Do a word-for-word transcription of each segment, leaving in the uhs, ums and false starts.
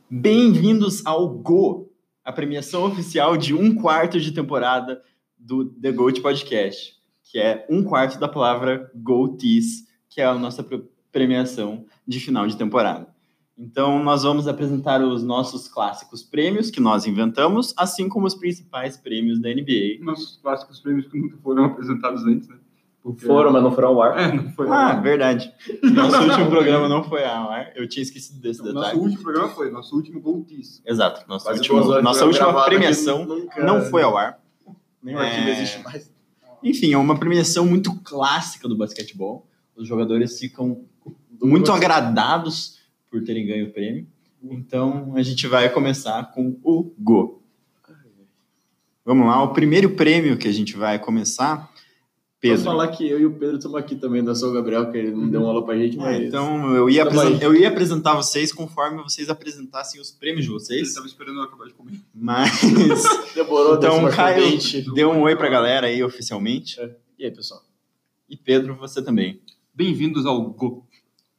Bem-vindos ao Go, a premiação oficial de um quarto de temporada do The GOAT Podcast, que é um quarto da palavra GOATees, que é a nossa premiação de final de temporada. Então, nós vamos apresentar os nossos clássicos prêmios que nós inventamos, assim como os principais prêmios da N B A. Nossos clássicos prêmios que nunca foram apresentados antes, né? Porque... Foram, mas não foram ao ar. É, não foi ah, ar. Verdade. Nosso último programa não foi ao ar. Eu tinha esquecido desse não, detalhe. Nosso último programa foi, nosso último GOATees. Exato. Nosso último, nossa última premiação nunca... não foi ao ar. Nem o arquivo existe mais. Enfim, é uma premiação muito clássica do basquetebol. Os jogadores ficam muito agradados por terem ganho o prêmio. Então, a gente vai começar com o Go. Vamos lá, o primeiro prêmio que a gente vai começar... Pedro. Posso falar que eu e o Pedro estamos aqui também, não é só o Gabriel, que ele não deu uma aula pra gente, mas... É, então, eu ia, apresen- eu ia apresentar vocês conforme vocês apresentassem os prêmios de vocês. Ele estava esperando eu acabar de comer. Mas... Demorou. Então, Caio, dê um oi pra galera aí, oficialmente. É. E aí, pessoal? E Pedro, você também. Bem-vindos ao Go.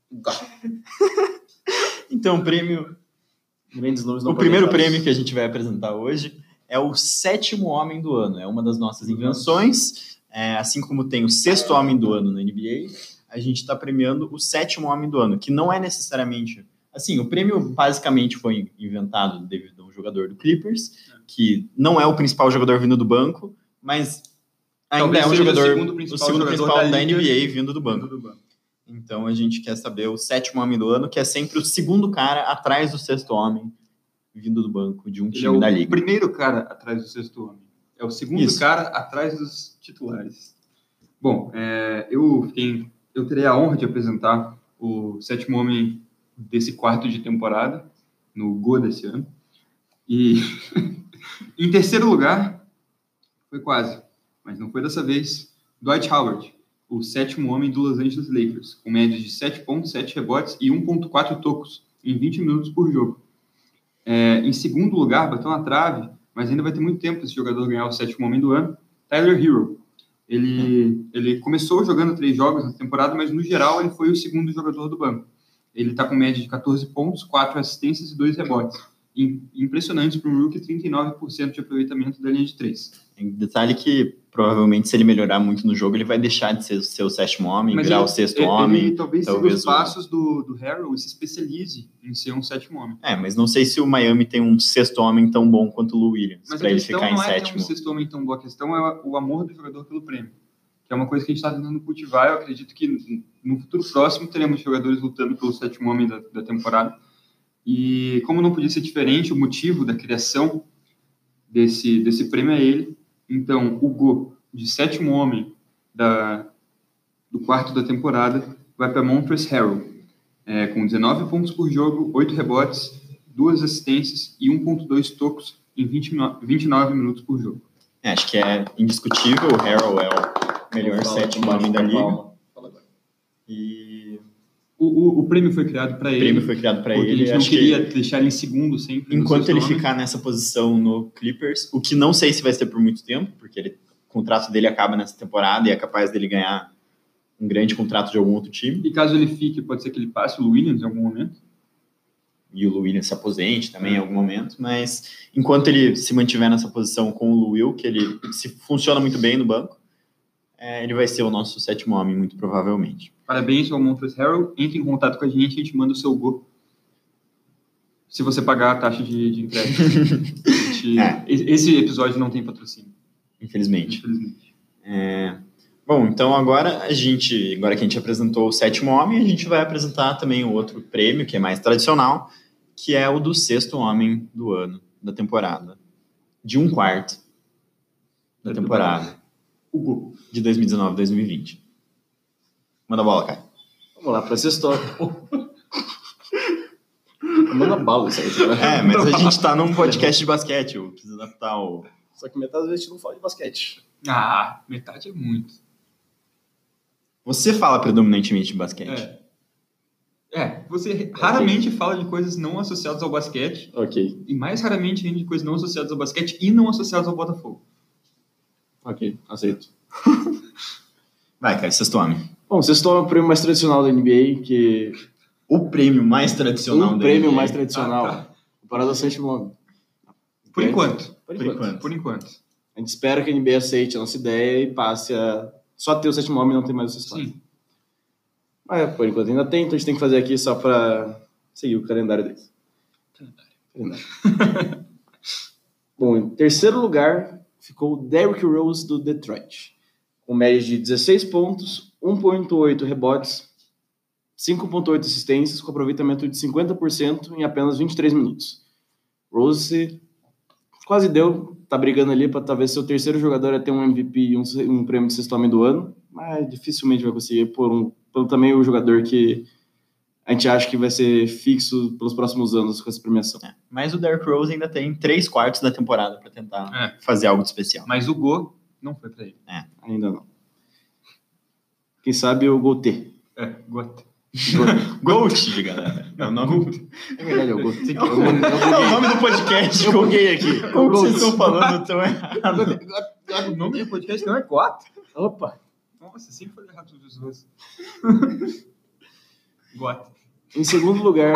Então, o prêmio... Grandes nomes não o primeiro prêmio que a gente vai apresentar hoje é o sétimo homem do ano. É uma das nossas invenções... É, assim como tem o sexto homem do ano na N B A, a gente está premiando o sétimo homem do ano, que não é necessariamente... Assim, o prêmio basicamente foi inventado devido a um jogador do Clippers, que não é o principal jogador vindo do banco, mas ainda Talvez é um seja jogador, o segundo principal, o segundo jogador principal da, da N B A liga, vindo do banco. do banco. Então a gente quer saber o sétimo homem do ano, que é sempre o segundo cara atrás do sexto homem vindo do banco de um time Ele é da o liga. O primeiro cara atrás do sexto homem. É o segundo Isso. cara atrás dos titulares. Bom, é, eu, fiquei, eu terei a honra de apresentar o sétimo homem desse quarto de temporada, no Go desse ano. E em terceiro lugar, foi quase, mas não foi dessa vez, Dwight Howard, o sétimo homem do Los Angeles Lakers, com média de sete pontos, sete rebotes e um ponto quatro tocos em vinte minutos por jogo. É, em segundo lugar, bateu na trave, mas ainda vai ter muito tempo esse jogador ganhar o sétimo homem do ano, Tyler Hero. Ele, ele começou jogando três jogos na temporada, mas no geral ele foi o segundo jogador do banco. Ele está com média de catorze pontos, quatro assistências e dois rebotes. Impressionante para um rookie, trinta e nove por cento de aproveitamento da linha de três. Tem detalhe que, provavelmente, se ele melhorar muito no jogo, ele vai deixar de ser, ser o sétimo homem, mas virar ele, o sexto ele, homem. Ele talvez, talvez siga os passos o... do, do Harrell e se especialize em ser um sétimo homem. É, mas não sei se o Miami tem um sexto homem tão bom quanto o Lou Williams, para ele ficar em sétimo. Mas a questão não é ter um sexto homem tão bom, a questão é o amor do jogador pelo prêmio, que é uma coisa que a gente está tentando cultivar. Eu acredito que no futuro próximo teremos jogadores lutando pelo sétimo homem da, da temporada. E como não podia ser diferente, o motivo da criação desse, desse prêmio é ele. Então, o Go de sétimo homem da, do quarto da temporada vai para Montrezl Harrell, é, com dezenove pontos por jogo, oito rebotes, duas assistências e um ponto dois tocos em vinte, vinte e nove minutos por jogo. É, acho que é indiscutível, o Harrell é o melhor sétimo homem da liga. E... O, o, o prêmio foi criado para ele. O prêmio foi criado para ele. A gente não acho queria que deixar ele em segundo sempre. Enquanto ele ficar nessa posição no Clippers, o que não sei se vai ser por muito tempo, porque ele, o contrato dele acaba nessa temporada e é capaz dele ganhar um grande contrato de algum outro time. E caso ele fique, pode ser que ele passe o Lou Williams em algum momento. E o Lou Williams se aposente também em algum momento, mas enquanto ele se mantiver nessa posição com o Lou Will, que ele se funciona muito bem no banco, é, ele vai ser o nosso sétimo homem, muito provavelmente. Parabéns ao Montrezl Harrell. Entre em contato com a gente, a gente manda o seu Go. Se você pagar a taxa de, de crédito. gente, é. Esse episódio não tem patrocínio. Infelizmente. Infelizmente. É... Bom, então agora a gente, agora que a gente apresentou o sétimo homem, a gente vai apresentar também o outro prêmio, que é mais tradicional, que é o do sexto homem do ano, da temporada. De um quarto da, da temporada. temporada. O Go. De dois mil e dezenove, dois mil e vinte. Manda a bola, Caio. Vamos lá, para essa história. Manda bala isso aí. É, mas a gente tá num podcast de basquete, eu preciso adaptar o... Só que metade das vezes a gente não fala de basquete. Ah, metade é muito. Você fala predominantemente de basquete. É. É, você okay. raramente fala de coisas não associadas ao basquete. Ok. E mais raramente ainda de coisas não associadas ao basquete e não associadas ao Botafogo. Ok, aceito. Vai, cara, sexto homem. Bom, sexto homem é o prêmio mais tradicional da N B A, que... O prêmio mais tradicional o da prêmio N B A. mais tradicional. Ah, tá. Temporada sétimo homem. Por enquanto. Por Por enquanto. enquanto. Por enquanto. A gente espera que a N B A aceite a nossa ideia e passe a só ter o sétimo homem e não ter mais o sexto homem. Sim. Mas é, por enquanto ainda tem, então a gente tem que fazer aqui só para seguir o calendário deles. Calendário. Bom, em terceiro lugar ficou o Derrick Rose do Detroit, com média de dezesseis pontos, um vírgula oito rebotes, cinco vírgula oito assistências, com aproveitamento de cinquenta por cento em apenas vinte e três minutos. Rose quase deu, tá brigando ali para talvez ser o terceiro jogador a ter um M V P e um, um prêmio de sexto homem do ano, mas dificilmente vai conseguir por um, pelo também o jogador que a gente acha que vai ser fixo pelos próximos anos com essa premiação. É, mas o Derrick Rose ainda tem três quartos da temporada para tentar É. fazer algo de especial. Mas o Go não foi pra ele. É. Ainda não. Quem sabe o Gotê. É, Gote. Gold, galera. É o nome. É verdade, é o Gotê. É o nome do podcast. Eu buguei aqui. Como Gold. vocês estão falando tão errado? O nome do podcast não é Gote? Opa. Nossa, sempre foi errado todas as duas. Gote. Em segundo lugar,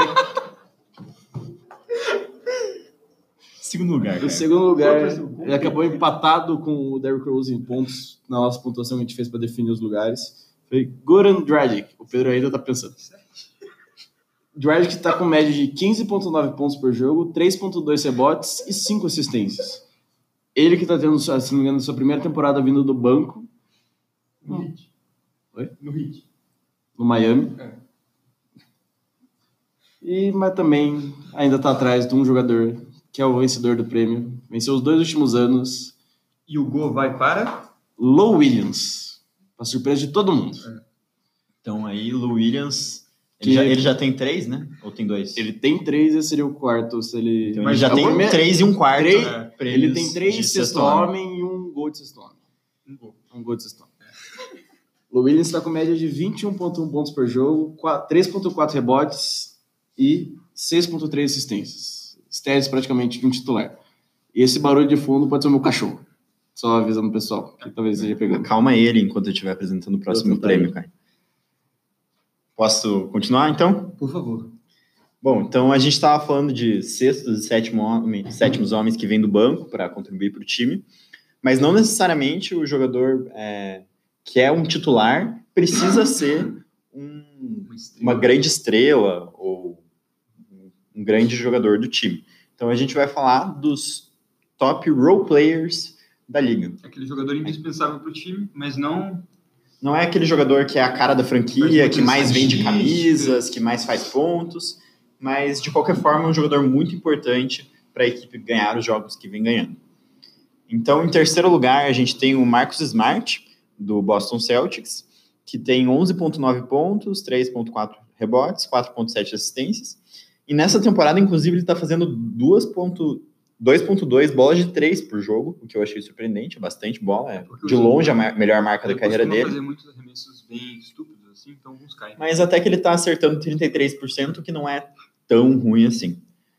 Segundo lugar, em cara. segundo lugar, Qual foi o ele acabou empatado com o Derrick Rose em pontos na nossa pontuação que a gente fez para definir os lugares. Foi Goran Dragic. O Pedro ainda tá pensando. Dragic está com média de quinze vírgula nove pontos por jogo, três vírgula dois rebotes e cinco assistências. Ele que está tendo, se não me engano, sua primeira temporada vindo do banco No Heat. Oi? No Heat. no Miami. É. E, mas também ainda está atrás de um jogador que é o vencedor do prêmio. Venceu os dois últimos anos. E o Go vai para? Lou Williams. Para surpresa de todo mundo. Então aí, Lou Williams, ele, Que- já, ele já tem três, né? Ou tem dois? Ele tem três, esse seria o quarto. Se ele... Então, Mas ele já é o tem primeiro- três e um quarto. três- né, Ele prêmios tem de três sexto homem e um gol de sexto homem. Um Go. Um gol de sexto homem. Lou Williams está com média de vinte e um vírgula um pontos por jogo, qua- três vírgula quatro rebotes e seis vírgula três assistências. Stats praticamente de um titular. E esse barulho de fundo pode ser o meu cachorro. Só avisando o pessoal, que talvez esteja pegando. Calma ele enquanto eu estiver apresentando o próximo tentar prêmio, aí. cara. Posso continuar, então? Por favor. Bom, então a gente estava falando de sextos e sétimo homem, sétimos homens que vêm do banco para contribuir para o time, mas não necessariamente o jogador é, que é um titular precisa ser um, Uma estrela. uma grande estrela ou um grande jogador do time. Então a gente vai falar dos top role players da liga. Aquele jogador indispensável pro time, mas não... Não é aquele jogador que é a cara da franquia, Faz que mais muitas vende estatísticas. camisas, que mais faz pontos, mas de qualquer forma é um jogador muito importante para a equipe ganhar os jogos que vem ganhando. Então, em terceiro lugar, a gente tem o Marcus Smart, do Boston Celtics, que tem onze vírgula nove pontos, três vírgula quatro rebotes, quatro vírgula sete assistências. E nessa temporada, inclusive, ele está fazendo dois vírgula dois bolas de três por jogo, o que eu achei surpreendente, é bastante bola, é Porque de o longe a jogo- mar- melhor marca da Ele carreira costuma dele. fazer muitos arremessos bem estúpidos, assim, então alguns caem. Mas até que ele está acertando trinta e três por cento, que não é tão ruim assim.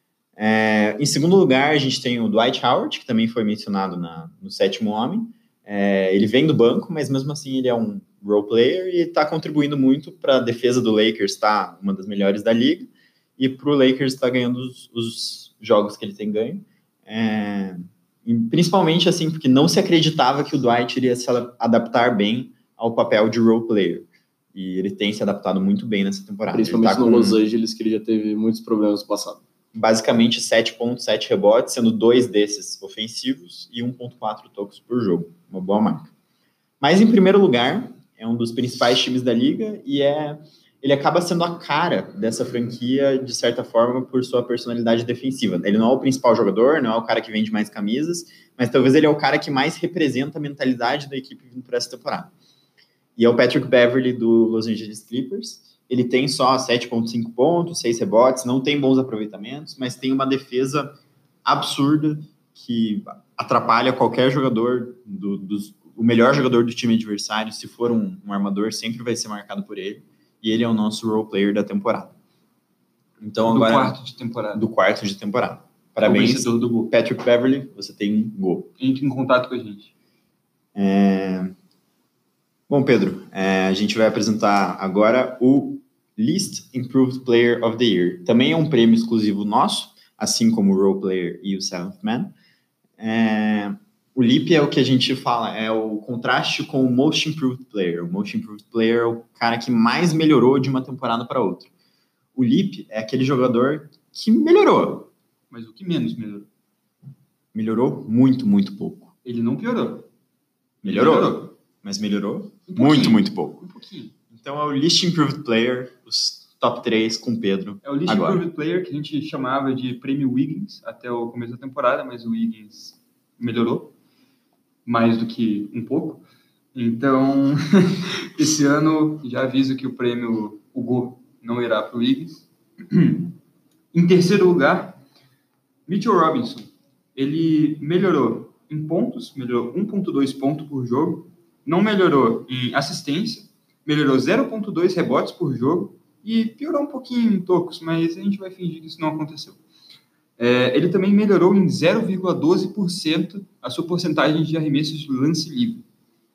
É, em segundo lugar, a gente tem o Dwight Howard, que também foi mencionado na, no sétimo homem. É, ele vem do banco, mas mesmo assim ele é um role player e está contribuindo muito para a defesa do Lakers, tá uma das melhores da liga, e para o Lakers estar ganhando os, os jogos que ele tem ganho. É, e principalmente assim, porque não se acreditava que o Dwight iria se adaptar bem ao papel de role player. E ele tem se adaptado muito bem nessa temporada. Principalmente Ele tá no com Los Angeles, que ele já teve muitos problemas no passado. basicamente sete vírgula sete rebotes, sendo dois desses ofensivos e um vírgula quatro tocos por jogo. Uma boa marca. Mas em primeiro lugar, é um dos principais times da liga e é, ele acaba sendo a cara dessa franquia, de certa forma, por sua personalidade defensiva. Ele não é o principal jogador, não é o cara que vende mais camisas, mas talvez ele é o cara que mais representa a mentalidade da equipe vindo por essa temporada. E é o Patrick Beverley do Los Angeles Clippers. Ele tem só sete vírgula cinco pontos, seis rebotes, não tem bons aproveitamentos, mas tem uma defesa absurda que atrapalha qualquer jogador, do, dos, o melhor jogador do time adversário, se for um, um armador, sempre vai ser marcado por ele. E ele é o nosso role player da temporada. Então, do agora, quarto de temporada. do quarto de temporada. O Parabéns, vencedor do gol. Patrick Beverley, você tem um gol. Entre em contato com a gente. É... Bom, Pedro, é, a gente vai apresentar agora o Least Improved Player of the Year. Também é um prêmio exclusivo nosso. assim como o role player e o seventh man. É, o Leap é o que a gente fala, é o contraste com o Most Improved Player. O Most Improved Player é o cara que mais melhorou de uma temporada para outra. O Leap é aquele jogador que melhorou. Mas o que menos melhorou? Melhorou muito, muito pouco. Ele não piorou. Melhorou, melhorou. mas melhorou Um muito, muito pouco. Um pouquinho. Então é o Least Improved Player, os top três com o Pedro. É o Least agora. Improved Player que a gente chamava de prêmio Wiggins até o começo da temporada, mas o Wiggins melhorou mais do que um pouco. Então, esse ano já aviso que o prêmio Hugo não irá para o Wiggins. Em terceiro lugar, Mitchell Robinson. Ele melhorou em pontos, melhorou um vírgula dois pontos por jogo, não melhorou em assistência, melhorou zero vírgula dois rebotes por jogo e piorou um pouquinho em tocos, mas a gente vai fingir que isso não aconteceu. É, ele também melhorou em zero vírgula doze por cento a sua porcentagem de arremessos de lance livre.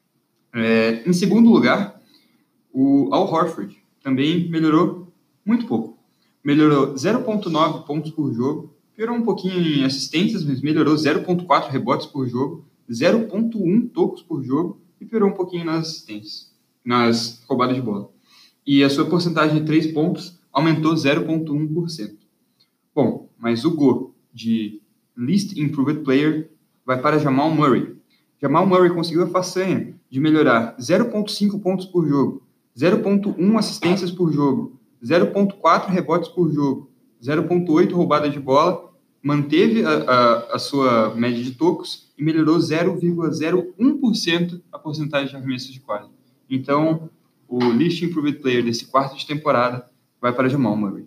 É, em segundo lugar, o Al Horford também melhorou muito pouco. Melhorou zero vírgula nove pontos por jogo, piorou um pouquinho em assistências, mas melhorou zero vírgula quatro rebotes por jogo, zero vírgula um tocos por jogo e piorou um pouquinho nas assistências, nas roubadas de bola. E a sua porcentagem de três pontos aumentou zero vírgula um por cento. Bom, mas o Go de Least Improved Player vai para Jamal Murray. Jamal Murray conseguiu a façanha de melhorar zero vírgula cinco pontos por jogo, zero vírgula um assistências por jogo, zero vírgula quatro rebotes por jogo, zero vírgula oito roubadas de bola, manteve a, a, a sua média de tocos e melhorou zero vírgula zero um por cento a porcentagem de arremessos de quadra. Então, o Least Improved Player desse quarto de temporada vai para Jamal Murray.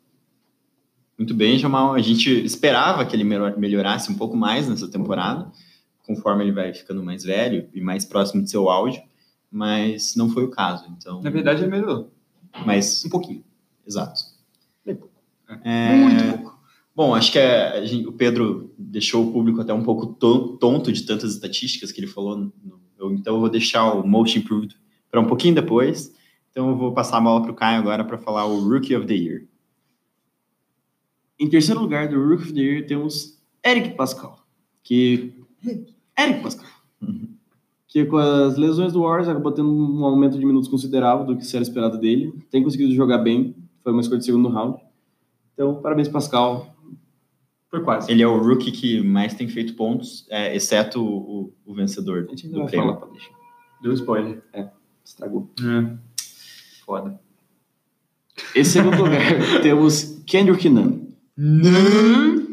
Muito bem, Jamal. A gente esperava que ele melhorasse um pouco mais nessa temporada, conforme ele vai ficando mais velho e mais próximo de seu auge, mas não foi o caso. Então, na verdade, ele melhorou. Mas um pouquinho. Exato. É, muito pouco. Bom, acho que a gente, o Pedro deixou o público até um pouco tonto de tantas estatísticas que ele falou. No, eu, então, eu vou deixar o Most Improved para um pouquinho depois. Então, eu vou passar a bola para o Caio agora para falar o Rookie of the Year. Em terceiro lugar do Rookie of the Year temos Eric Pascal, que... Eric Pascal. Uhum. Que com as lesões do Warriors acabou tendo um aumento de minutos considerável do que se era esperado dele. Tem conseguido jogar bem, foi uma escolha de segundo round. Então, parabéns, Pascal. Foi quase. Ele é o rookie que mais tem feito pontos, é, exceto o, o vencedor A gente do vai prêmio. falar pra deixar. Deu spoiler. É, estragou. É. Foda. Em segundo lugar, temos Kendrick Nunn. Não!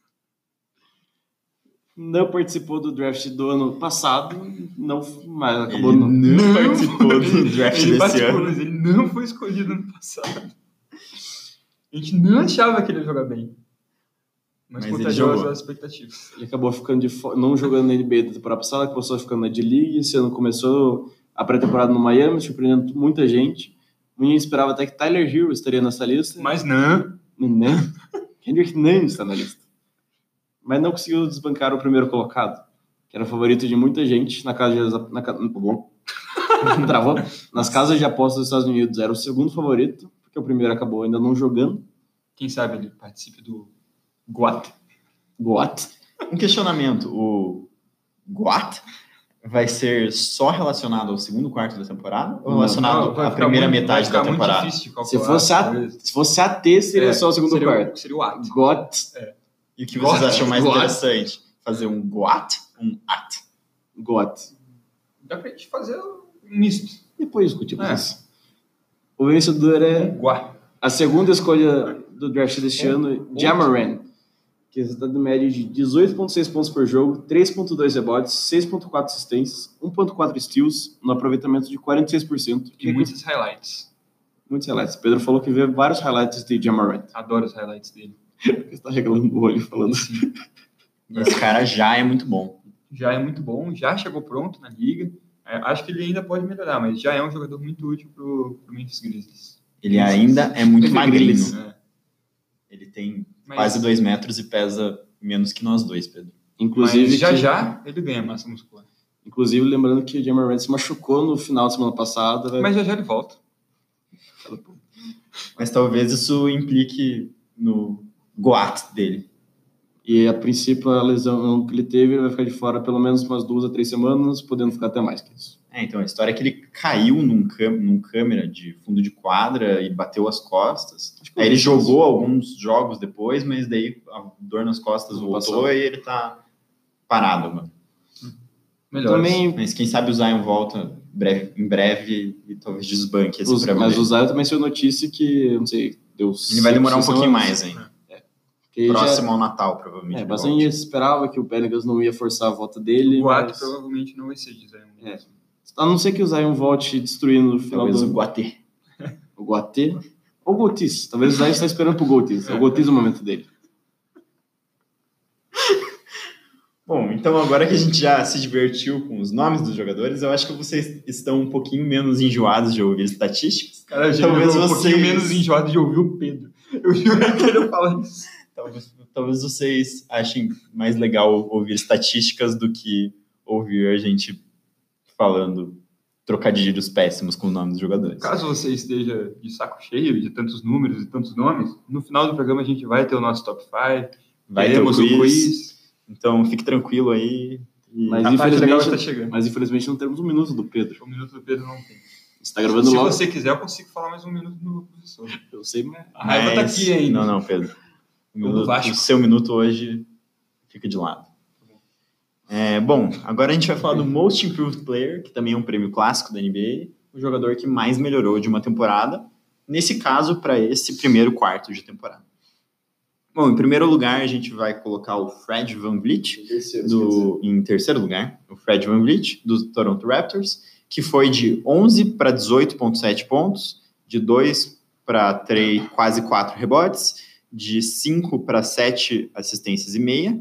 Não participou do draft do ano passado, não, mas Ele acabou não, no... participou do draft Ele desse participou, ano. mas ele não foi escolhido ano passado. A gente não achava que ele ia jogar bem. Mas, Mas ele contagiou jogou. as expectativas. Ele acabou ficando de fo... não jogando na N B A da temporada passada, acabou só ficando na D-League. Esse ano começou a pré-temporada no Miami, surpreendendo muita gente. Ninguém esperava até que Tyler Hero estaria nessa lista. Mas não. Né? Kendrick Nunn está na lista. Mas não conseguiu desbancar o primeiro colocado, que era favorito de muita gente na casa de... Na... Bom. Travou. Nas casas de apostas dos Estados Unidos era o segundo favorito, porque o primeiro acabou ainda não jogando. Quem sabe ele participe do Guat. What? Um questionamento, o Guat vai ser só relacionado ao segundo quarto da temporada ou Não, relacionado Não, vai à ficar primeira muito- metade vai da ficar muito temporada? difícil de calcular, Se fosse, a, talvez. se fosse A T, seria É, só o segundo seria quarto. Seria o At. Got. E o que vocês Guat. acham mais Guat. interessante? Fazer um Guat ou um At? Got. Dá pra gente fazer um misto. Depois discutimos É. isso. O vencedor é Guat. a segunda escolha do draft deste É. ano, Jamaran, que está de média de dezoito vírgula seis pontos por jogo, três vírgula dois rebotes, seis vírgula quatro assistências, um vírgula quatro steals, no aproveitamento de quarenta e seis por cento. E muitos highlights. Muitos highlights. Pedro falou que vê vários highlights de Jamaran. Adoro os highlights dele. Ele está regalando o olho falando. Sim. Esse cara já é muito bom. Já é muito bom, já chegou pronto na liga. É, acho que ele ainda pode melhorar, mas já é um jogador muito útil pro, pro Memphis Grizzlies. Ele ainda é muito magrinho. É. Ele tem Mas- quase dois metros e pesa menos que nós dois, Pedro. Inclusive, Mas já que- já ele ganha massa muscular. Inclusive, lembrando que o Jamaran se machucou no final da semana passada. Vai... Mas já já ele volta. Mas talvez isso implique no Guat dele. E, a princípio, a lesão que ele teve, ele vai ficar de fora pelo menos umas duas a três semanas, podendo ficar até mais que isso. É, então, a história é que ele caiu num, cam- num câmera de fundo de quadra e bateu as costas. Aí ele jogou alguns jogos depois, mas daí a dor nas costas Não voltou passou. e ele tá parado, mano. Melhor. Também, Mas quem sabe o Zion volta breve- em breve e talvez desbanque esse os, problema mas dele. o Zion também saiu notícia que, eu não sei, deu Ele vai demorar um cinco, pouquinho seis mais semanas. ainda. Que Próximo já, ao Natal, provavelmente. é, ele bastante volte. gente esperava que o Pelicans não ia forçar a volta dele, O boato mas... provavelmente não vai ser de Zion. É. A não ser que o Zion volte destruindo no final Talvez do o ano. Guatê. O Guatê ou o Gotis. Talvez o Zion está esperando pro Gotis. O Gotis é o momento dele. Bom, então agora que a gente já se divertiu com os nomes dos jogadores, eu acho que vocês estão um pouquinho menos enjoados de ouvir estatísticas. Cara, a gente Talvez ficou um vocês- pouquinho menos enjoado de ouvir o Pedro. Eu juro que ele fala isso. Talvez, talvez vocês achem mais legal ouvir estatísticas do que ouvir a gente falando trocadilhos péssimos com o nome dos jogadores. Caso você esteja de saco cheio de tantos números e tantos nomes, no final do programa a gente vai ter o nosso top cinco, Vai ter o teremos quiz, o quiz. Então fique tranquilo aí. E... Mas A parte legal infelizmente, está chegando. mas infelizmente não temos um minuto do Pedro. O minuto do Pedro não tem. Você tá gravando Se logo. você quiser, eu consigo falar mais um minuto no professor. Eu sei, mas... A raiva tá Mas- aqui ainda. Não, não, Pedro. O, do minuto- Vasco. o seu minuto hoje fica de lado. É, bom, agora a gente vai falar do Most Improved Player, que também é um prêmio clássico da N B A, o jogador que mais melhorou de uma temporada, nesse caso, para esse primeiro quarto de temporada. Bom, em primeiro lugar, a gente vai colocar o Fred VanVleet, do, em terceiro lugar, o Fred VanVleet, do Toronto Raptors, que foi de onze para dezoito vírgula sete pontos, de dois para três, quase quatro rebotes, de cinco para sete assistências e meia,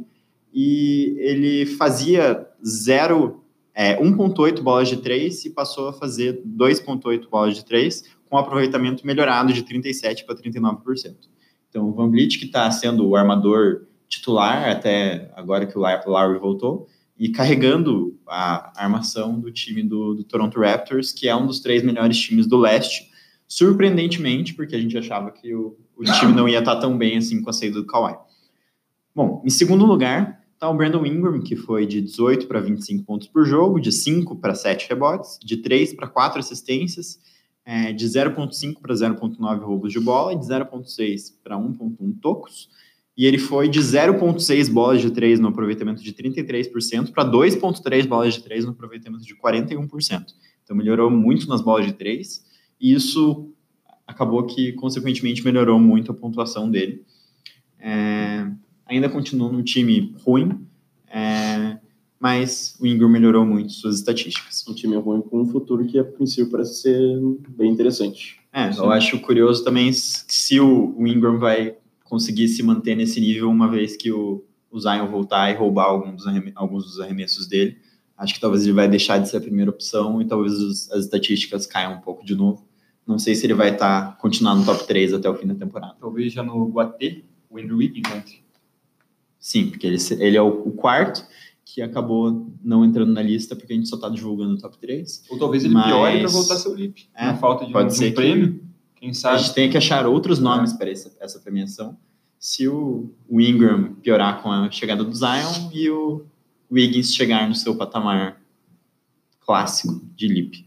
e ele fazia zero, é, um vírgula oito bolas de três e passou a fazer dois vírgula oito bolas de três, com aproveitamento melhorado de trinta e sete para trinta e nove por cento. Então, o VanVleet, que está sendo o armador titular até agora que o Lowry voltou, e carregando a armação do time do, do Toronto Raptors, que é um dos três melhores times do leste, surpreendentemente, porque a gente achava que o, o time não ia estar tão bem assim com a saída do Kawhi. Bom, em segundo lugar, está o Brandon Ingram, que foi de dezoito para vinte e cinco pontos por jogo, de cinco para sete rebotes, de três para quatro assistências, é, de zero vírgula cinco para zero vírgula nove roubos de bola e de zero vírgula seis para um vírgula um tocos. E ele foi de zero vírgula seis bolas de três no aproveitamento de trinta e três por cento para dois vírgula três bolas de três no aproveitamento de quarenta e um por cento. Então melhorou muito nas bolas de três, e isso acabou que, consequentemente, melhorou muito a pontuação dele. É, ainda continua num time ruim, é, mas o Ingram melhorou muito suas estatísticas. Um time ruim com um futuro que, a princípio, parece ser bem interessante. É, eu acho curioso também se o, o Ingram vai conseguir se manter nesse nível uma vez que o, o Zion voltar e roubar alguns dos, arreme- alguns dos arremessos dele. Acho que talvez ele vai deixar de ser a primeira opção e talvez os, as estatísticas caiam um pouco de novo. Não sei se ele vai estar continuar no top três até o fim da temporada. Talvez já no Guatê, o Andrew Wiggins entre. Sim, porque ele, se- ele é o, o quarto que acabou não entrando na lista porque a gente só está divulgando o top três. Ou talvez ele Mas- piore para voltar a ser o Lip. É, Na falta de um, pode de ser um que- prêmio, quem A sabe. gente tem que achar outros nomes para essa, essa premiação. Se o, o Ingram piorar com a chegada do Zion e o Wiggins chegar no seu patamar clássico de Lip.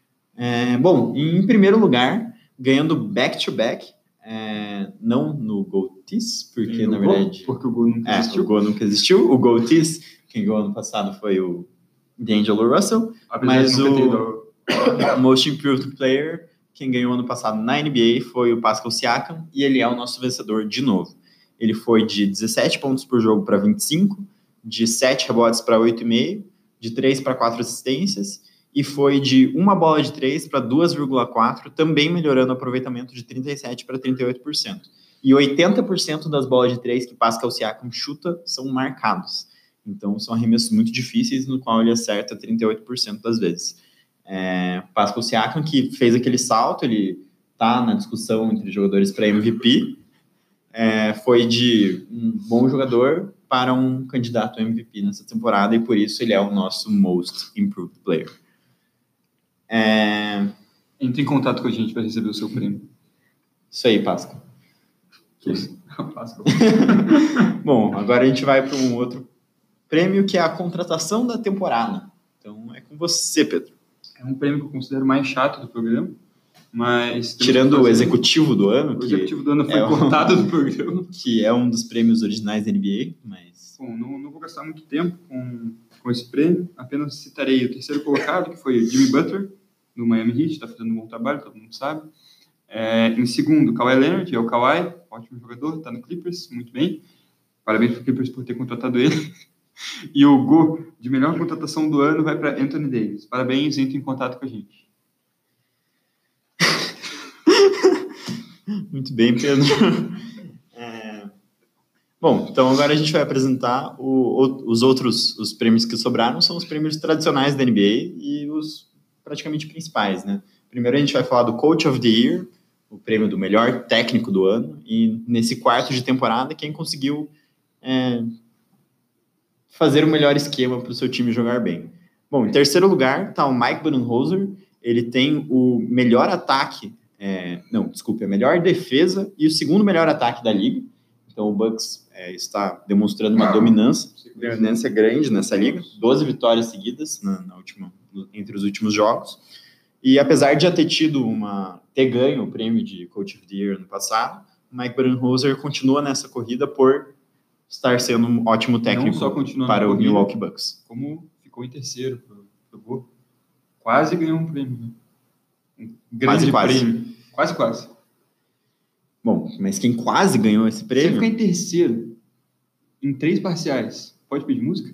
É, bom, em primeiro lugar, ganhando back-to-back, é, não no Goatees, porque na Gol, verdade Porque o gol nunca é, existiu. o Go nunca existiu. O Goatees, quem ganhou ano passado foi o D'Angelo Russell. Apesar mas de nunca o- ter ido ao- O Most Improved Player, quem ganhou ano passado na N B A foi o Pascal Siakam, e ele é o nosso vencedor de novo. Ele foi de dezessete pontos por jogo para vinte e cinco, de sete rebotes para oito vírgula cinco, de três para quatro assistências, e foi de uma bola de três para duas vírgula quatro, também melhorando o aproveitamento de trinta e sete para trinta e oito por cento. E oitenta por cento das bolas de três que Pascal Siakam chuta são marcados. Então são arremessos muito difíceis, no qual ele acerta trinta e oito por cento das vezes. É, Pascal Siakam, que fez aquele salto, ele tá na discussão entre jogadores para M V P, é, foi de um bom jogador para um candidato a M V P nessa temporada, e por isso ele é o nosso Most Improved Player. É, Entre em contato com a gente para receber o seu prêmio. isso aí, Pascal. Bom, agora a gente vai para um outro prêmio, que é a contratação da temporada. Então, é com você, Pedro. É um prêmio que eu considero mais chato do programa, mas... Tirando o executivo do ano, o que executivo do ano foi é cortado um... do programa. Que é um dos prêmios originais da N B A, mas... Bom, não, não vou gastar muito tempo com, com esse prêmio, apenas citarei o terceiro colocado, que foi o Jimmy Butler, do Miami Heat, está fazendo um bom trabalho, todo mundo sabe. É, em segundo, Kawhi Leonard, é o Kawhi, ótimo jogador, está no Clippers, muito bem. Parabéns para o Clippers por ter contratado ele. E o Go, de melhor contratação do ano, vai para Anthony Davis. Parabéns, entre em contato com a gente. Muito bem, Pedro. É... Bom, então agora a gente vai apresentar o, o, os outros os prêmios que sobraram, são os prêmios tradicionais da N B A e os praticamente principais, né? Primeiro a gente vai falar do Coach of the Year, o prêmio do melhor técnico do ano, e nesse quarto de temporada, quem conseguiu é, fazer o melhor esquema para o seu time jogar bem. Bom, em terceiro lugar está o Mike Budenholzer, ele tem o melhor ataque, é, não, desculpe, a melhor defesa e o segundo melhor ataque da liga. Então o Bucks é, está demonstrando uma dominância, dominância grande nessa liga, doze vitórias seguidas na, na última, entre os últimos jogos. E apesar de já ter tido uma, ter ganho o prêmio de Coach of the Year no passado, o Mike Budenholzer continua nessa corrida por estar sendo um ótimo técnico para o corrida, Milwaukee Bucks. Como ficou em terceiro, pro, pro quase ganhou um prêmio. Né? Um grande quase, prêmio. Quase, quase. Bom, mas quem quase ganhou esse prêmio... Você ficar em terceiro, em três parciais, pode pedir música?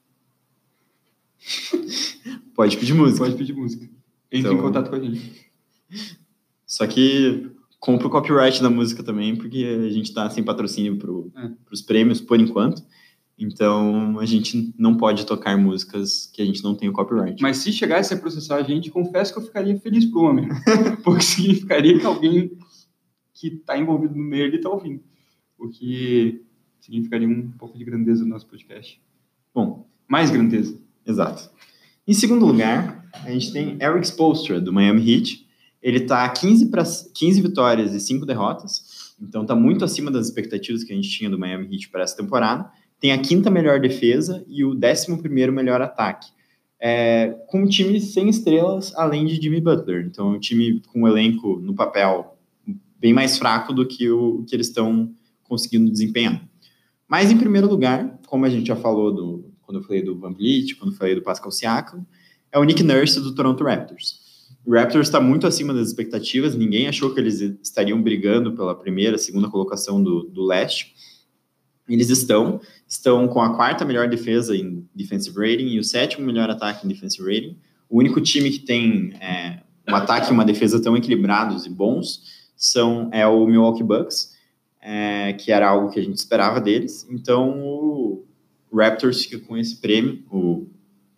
Pode pedir música. Pode pedir música. Entre então, em contato com a gente. Só que compra o copyright da música também, porque a gente está sem patrocínio para é. os prêmios, por enquanto. Então, a gente não pode tocar músicas que a gente não tem o copyright. Mas se chegasse a processar a gente, confesso que eu ficaria feliz pro homem. Porque significaria que alguém que está envolvido no meio ali está ouvindo. O que significaria um pouco de grandeza no nosso podcast. Bom, mais grandeza. Exato. Em segundo lugar, a gente tem Eric Spoelstra, do Miami Heat. Ele está quinze, quinze vitórias e cinco derrotas. Então, está muito acima das expectativas que a gente tinha do Miami Heat para essa temporada. Tem a quinta melhor defesa e o décimo primeiro melhor ataque. É, com um time sem estrelas, além de Jimmy Butler. Então, é um time com um elenco, no papel, bem mais fraco do que o que eles estão conseguindo desempenhar. Mas, em primeiro lugar, como a gente já falou do, quando eu falei do Van Vliet, quando eu falei do Pascal Siakam, é o Nick Nurse do Toronto Raptors. O Raptors está muito acima das expectativas, ninguém achou que eles estariam brigando pela primeira, segunda colocação do, do leste. Eles estão, estão com a quarta melhor defesa em defensive rating e o sétimo melhor ataque em defensive rating. O único time que tem é, um ataque e uma defesa tão equilibrados e bons são, é o Milwaukee Bucks, é, que era algo que a gente esperava deles. Então, o Raptors fica com esse prêmio, o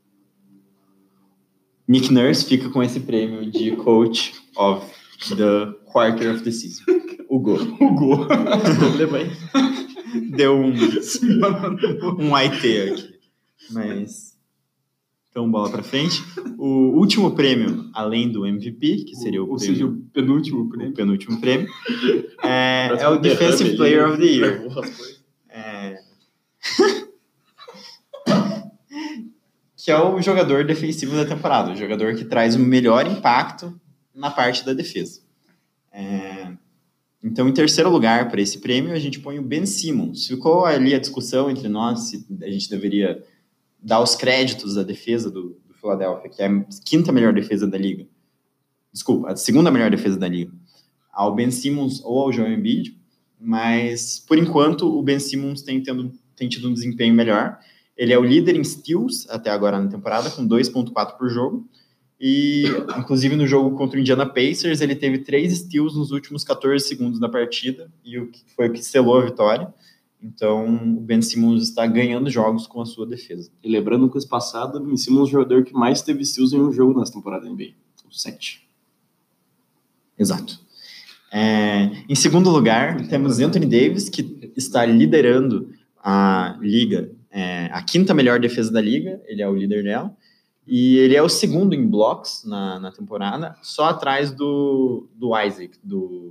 Nick Nurse fica com esse prêmio de Coach of the Quarter of the Season. O Go. O Go. Deu um, um I T aqui. Mas, então, bola pra frente. O último prêmio, além do M V P, que seria o Ou prêmio... seja, o penúltimo prêmio. O penúltimo prêmio. É, é o Defensive Player of the Year. É... que é o jogador defensivo da temporada. O jogador que traz o melhor impacto na parte da defesa. É... Então, em terceiro lugar para esse prêmio, a gente põe o Ben Simmons. Ficou ali a discussão entre nós se a gente deveria dar os créditos da defesa do, do Philadelphia, que é a quinta melhor defesa da liga. Desculpa, a segunda melhor defesa da liga. Ao Ben Simmons ou ao Joel Embiid, mas, por enquanto, o Ben Simmons tem, tendo, tem tido um desempenho melhor. Ele é o líder em steals até agora na temporada, com dois ponto quatro por jogo. E, inclusive, no jogo contra o Indiana Pacers, ele teve três steals nos últimos catorze segundos da partida, e o que foi o que selou a vitória. Então, o Ben Simmons está ganhando jogos com a sua defesa. E lembrando que, esse passado, o Ben Simmons é o jogador que mais teve steals em um jogo nessa temporada da N B A. Sete. Exato. É, em segundo lugar, temos Anthony Davis, que está liderando a liga, é, a quinta melhor defesa da liga, ele é o líder dela. E ele é o segundo em blocos na, na temporada, só atrás do, do Isaac, do,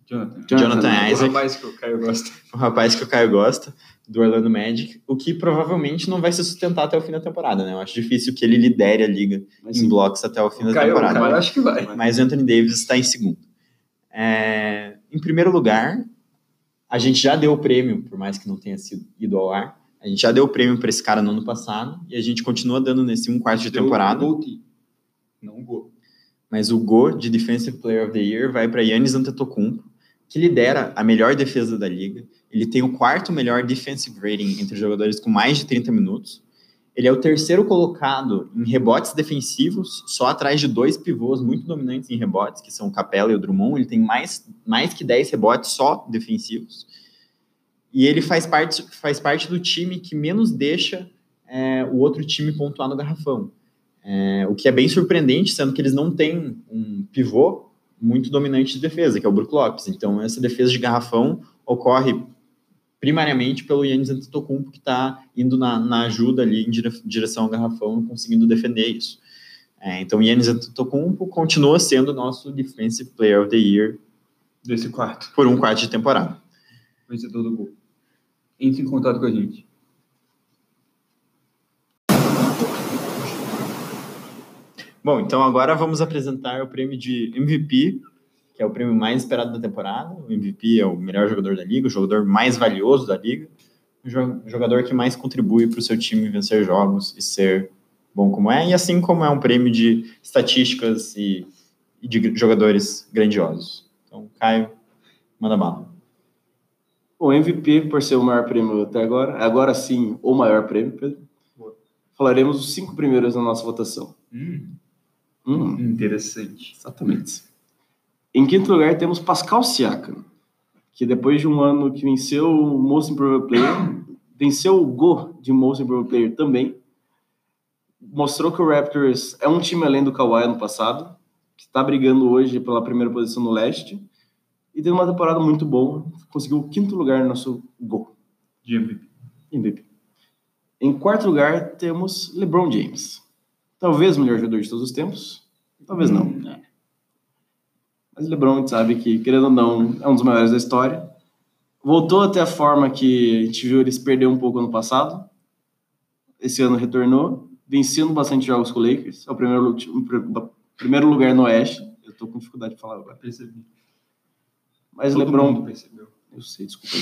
Jonathan. Jonathan Isaac. O rapaz que o Caio gosta. O rapaz que o Caio gosta, do Orlando Magic, o que provavelmente não vai se sustentar até o fim da temporada, né? Eu acho difícil que ele lidere a liga Mas, em sim. blocos até o fim o da Caio, temporada. O Caio acho que vai. Mas o Anthony Davis está em segundo. É, em primeiro lugar, a gente já deu o prêmio, por mais que não tenha sido ido ao ar, a gente já deu o prêmio para esse cara no ano passado e a gente continua dando nesse um quarto de temporada. O Go, não o Go. Mas o Go de Defensive Player of the Year vai para Giannis Antetokounmpo, que lidera a melhor defesa da liga. Ele tem o quarto melhor defensive rating entre jogadores com mais de trinta minutos. Ele é o terceiro colocado em rebotes defensivos, só atrás de dois pivôs muito dominantes em rebotes, que são o Capela e o Drummond. Ele tem mais, mais que dez rebotes só defensivos. E ele faz parte, faz parte do time que menos deixa é, o outro time pontuar no garrafão. É, o que é bem surpreendente, sendo que eles não têm um pivô muito dominante de defesa, que é o Brook Lopes. Então, essa defesa de garrafão ocorre primariamente pelo Giannis Antetokounmpo, que está indo na, na ajuda ali em dire, direção ao garrafão e conseguindo defender isso. É, então, Giannis Antetokounmpo continua sendo o nosso Defensive Player of the Year desse quarto. Por um quarto de temporada. Vencedor do gol. Entre em contato com a gente. Bom, então agora vamos apresentar o prêmio de M V P, que é o prêmio mais esperado da temporada. O M V P é o melhor jogador da liga, o jogador mais valioso da liga, o jogador que mais contribui para o seu time vencer jogos e ser bom como é, e assim como é um prêmio de estatísticas e, e de jogadores grandiosos. Então, Caio, manda bala. O M V P, por ser o maior prêmio até agora, agora sim o maior prêmio, Pedro. Boa. Falaremos os cinco primeiros na nossa votação. Hum. Hum. Interessante. Exatamente. Em quinto lugar, temos Pascal Siakam, que depois de um ano que venceu o Most Improved Player, venceu o Go de Most Improved Player também, mostrou que o Raptors é um time além do Kawhi no passado, que está brigando hoje pela primeira posição no leste, e teve uma temporada muito boa, conseguiu o quinto lugar no nosso Go. De M V P. M V P. Em quarto lugar, temos LeBron James. Talvez o melhor jogador de todos os tempos, talvez não. Hum, é. Mas o LeBron, a gente sabe que, querendo ou não, é um dos maiores da história. Voltou até a forma que a gente viu ele se perder um pouco ano passado. Esse ano retornou, vencendo bastante jogos com o Lakers. É o primeiro, primeiro lugar no Oeste. Eu tô com dificuldade de falar agora. Percebi. Mas o Todo LeBron... mundo percebeu. Eu sei, desculpa.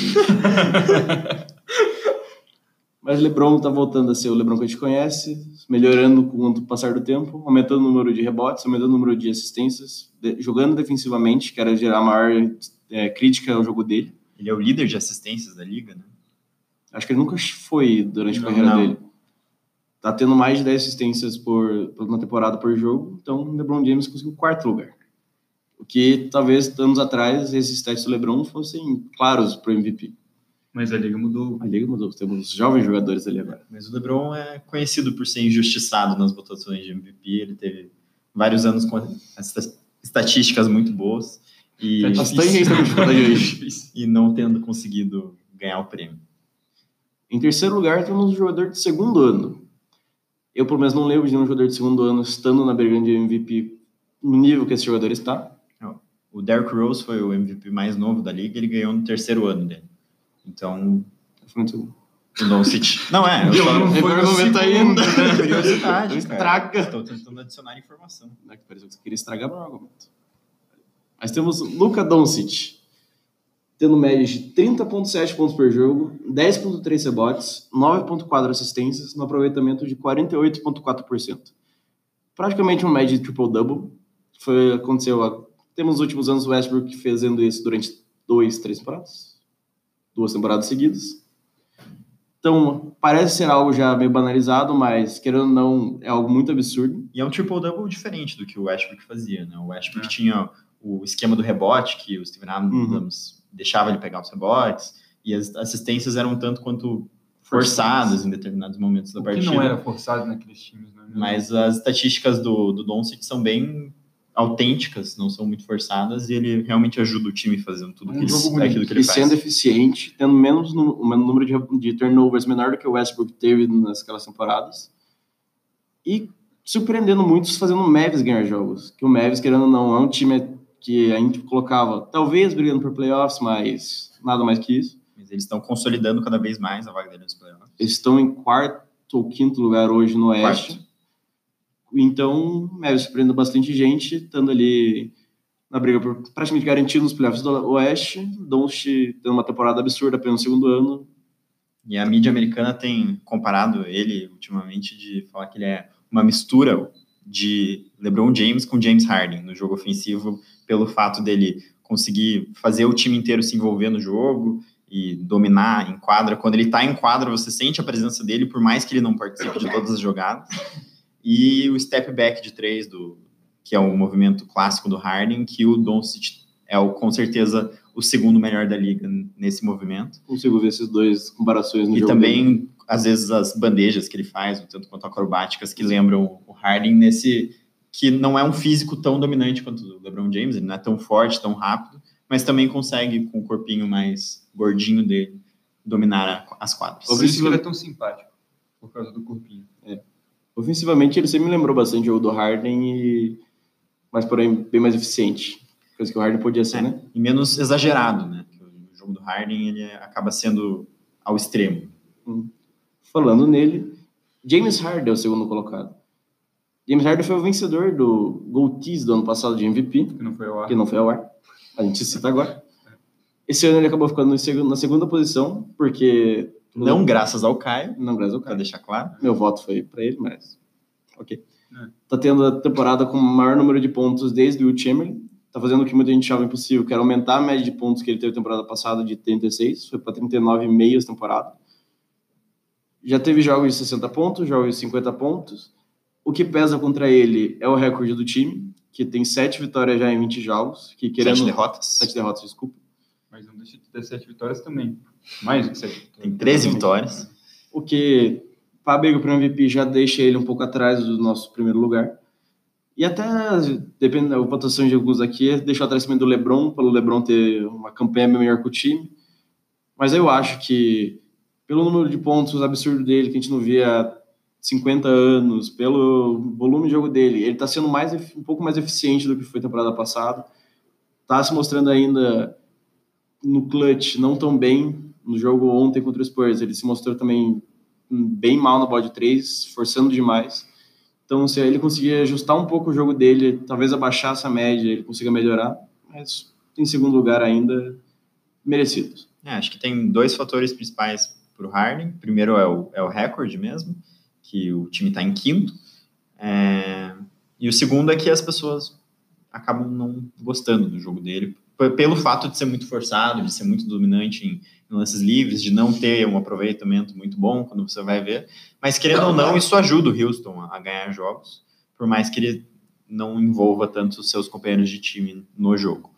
Mas o LeBron tá voltando a ser o LeBron que a gente conhece, melhorando com o passar do tempo, aumentando o número de rebotes, aumentando o número de assistências, de, jogando defensivamente, que era gerar a maior é, crítica ao jogo dele. Ele é o líder de assistências da liga, né? Acho que ele nunca foi durante não, a carreira não. dele. Tá tendo mais de dez assistências por, por uma temporada por jogo, então o LeBron James conseguiu o quarto lugar. O que talvez anos atrás esses stats do LeBron fossem claros pro M V P. Mas a liga mudou. A liga mudou. Temos jovens jogadores ali agora. Mas o LeBron é conhecido por ser injustiçado nas votações de M V P. Ele teve vários anos com estatísticas muito boas. E, e não tendo conseguido ganhar o prêmio. Em terceiro lugar, temos um jogador de segundo ano. Eu, pelo menos, não lembro de nenhum jogador de segundo ano estando na briga de M V P no nível que esse jogador está. O Derrick Rose foi o M V P mais novo da liga. Ele ganhou no terceiro ano dele. Então, muito... o Doncic... Não, é, eu só não foi argumento ainda. Curiosidade, Estraga. Estou tentando adicionar informação. Não é que pareceu que você queria estragar meu argumento. Mas temos Luka Doncic, tendo média de trinta vírgula sete pontos por jogo, dez vírgula três rebotes, nove vírgula quatro assistências, no aproveitamento de quarenta e oito vírgula quatro por cento. Praticamente um média de triple-double. Foi, aconteceu... Temos nos últimos anos o Westbrook fazendo isso durante dois, três temporadas. Duas temporadas seguidas. Então, parece ser algo já meio banalizado, mas, querendo ou não, é algo muito absurdo. E é um triple-double diferente do que o Westbrook fazia, né? O Westbrook é. tinha o esquema do rebote, que o Steven Adams uhum. deixava ele pegar os rebotes, e as assistências eram um tanto quanto forçadas em determinados momentos da o partida. Que não era forçado naqueles times, né? Mas as estatísticas do, do Doncic são bem autênticas, não são muito forçadas, e ele realmente ajuda o time fazendo tudo um que ele, aquilo que ele e faz. E sendo eficiente, tendo menos o menor número de, de turnovers menor do que o Westbrook teve naquelas temporadas, e surpreendendo muitos fazendo o Mavs ganhar jogos, que o Mavs, querendo ou não, é um time que a gente colocava, talvez brigando por playoffs, mas nada mais que isso. Mas eles estão consolidando cada vez mais a vaga dele nos playoffs. Eles estão em quarto ou quinto lugar hoje no Oeste. Quarto. Então, é, surpreendendo bastante gente, estando ali na briga por praticamente garantido nos playoffs do Oeste. Doncic tendo uma temporada absurda apenas no segundo ano. E a mídia americana tem comparado ele, ultimamente, de falar que ele é uma mistura de LeBron James com James Harden no jogo ofensivo, pelo fato dele conseguir fazer o time inteiro se envolver no jogo e dominar em quadra. Quando ele está em quadra, você sente a presença dele, por mais que ele não participe de todas as jogadas. E o step back de três, do, que é um movimento clássico do Harden, que o Doncic é o, com certeza o segundo melhor da liga nesse movimento. Consigo ver esses dois comparações no e jogo. E também, dele. às vezes, as bandejas que ele faz, tanto quanto acrobáticas, que lembram o Harden nesse... que não é um físico tão dominante quanto o LeBron James, ele não é tão forte, tão rápido, mas também consegue, com o corpinho mais gordinho dele, dominar as quadras. Por isso que ele é tão simpático, por causa do corpinho. É. Ofensivamente, ele sempre me lembrou bastante o jogo do Harden, e... mas porém bem mais eficiente. Coisa que o Harden podia ser, é, né? E menos exagerado, né? O jogo do Harden, ele acaba sendo ao extremo. Hum. Falando nele, James Harden é o segundo colocado. James Harden foi o vencedor do Gold do ano passado de M V P. Que não foi ao ar. Que não foi ao ar. A gente cita agora. Esse ano ele acabou ficando na segunda posição, porque... Não graças ao Caio. Não graças ao Caio. Pra deixar claro. Meu voto foi pra ele, mas... Ok. É. Tá tendo a temporada com o maior número de pontos desde o Will Chamberlain. Tá fazendo o que muita gente achava impossível, que era aumentar a média de pontos que ele teve na temporada passada de trinta e seis. Foi pra trinta e nove vírgula cinco essa temporada. Já teve jogos de sessenta pontos, jogos de cinquenta pontos. O que pesa contra ele é o recorde do time, que tem sete vitórias já em vinte jogos. Que querendo... Sete derrotas. Sete derrotas, desculpa. Mas não deixa de ter sete vitórias também. Mais do que sete vitórias. Tem treze vitórias. O que, para a briga para o M V P, já deixa ele um pouco atrás do nosso primeiro lugar. E até, dependendo da votação de alguns aqui, deixou atrás também do LeBron, pelo LeBron ter uma campanha bem melhor que o time. Mas eu acho que, pelo número de pontos absurdo dele, que a gente não via há cinquenta anos, pelo volume de jogo dele, ele está sendo mais, um pouco mais eficiente do que foi a temporada passada. Está se mostrando ainda no clutch não tão bem. No jogo ontem contra o Spurs, ele se mostrou também bem mal na bola de três, forçando demais. Então, se ele conseguir ajustar um pouco o jogo dele, talvez abaixar essa média, ele consiga melhorar. Mas, em segundo lugar ainda, merecidos. É, acho que tem dois fatores principais para o Harden. Primeiro é o, é o recorde mesmo, que o time está em quinto. É... E o segundo é que as pessoas acabam não gostando do jogo dele, pelo fato de ser muito forçado, de ser muito dominante em, em lances livres, de não ter um aproveitamento muito bom quando você vai ver. Mas, querendo ou não, isso ajuda o Houston a, a ganhar jogos, por mais que ele não envolva tanto os seus companheiros de time no jogo.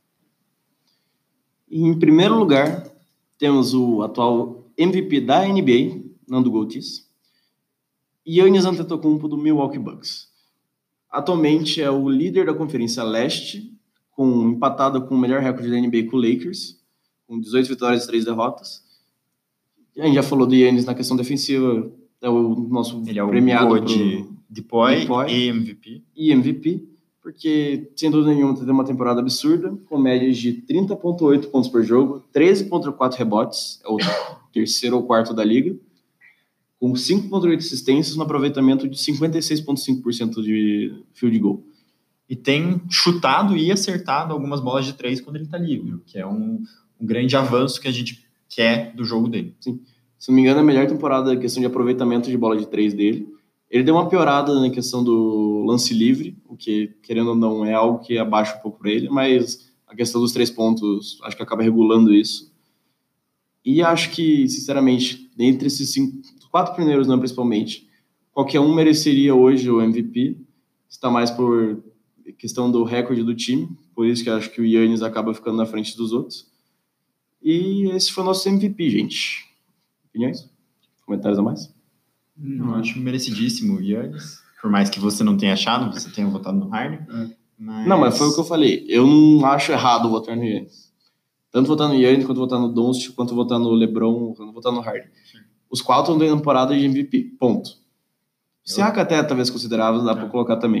Em primeiro lugar, temos o atual M V P da N B A, não do Gotis, Giannis Antetokounmpo do Milwaukee Bucks. Atualmente é o líder da Conferência Leste, com, empatado com o melhor recorde da N B A com o Lakers, com dezoito vitórias e três derrotas. E a gente já falou do Giannis na questão defensiva, é o nosso Ele é o premiado de Depoy e M V P. E M V P, porque, sem dúvida nenhuma, teve uma temporada absurda, com médias de trinta vírgula oito pontos por jogo, treze vírgula quatro rebotes, é o terceiro ou quarto da liga, com cinco vírgula oito assistências, no aproveitamento de cinquenta e seis vírgula cinco por cento de field goal. E tem chutado e acertado algumas bolas de três quando ele está livre, que é um, um grande avanço que a gente quer do jogo dele. Sim. Se não me engano, a melhor temporada da questão de aproveitamento de bola de três dele. Ele deu uma piorada na questão do lance livre, o que, querendo ou não, é algo que abaixa um pouco para ele, mas a questão dos três pontos, acho que acaba regulando isso. E acho que, sinceramente, entre esses cinco, quatro primeiros, não principalmente, qualquer um mereceria hoje o M V P. Está mais por questão do recorde do time, por isso que eu acho que o Giannis acaba ficando na frente dos outros. E esse foi o nosso M V P, gente. Opiniões? Comentários a mais? Não, eu acho merecidíssimo o Giannis, por mais que você não tenha achado, você tenha votado no Harden. É. Mas... Não, mas foi o que eu falei. Eu não acho errado votar no Giannis. Tanto votar no Giannis, quanto votar no Doncic, quanto votar no LeBron, quanto votar no Harden. Sim. Os quatro estão em temporada de M V P, ponto. Siaka até talvez considerável, dá é. para colocar também.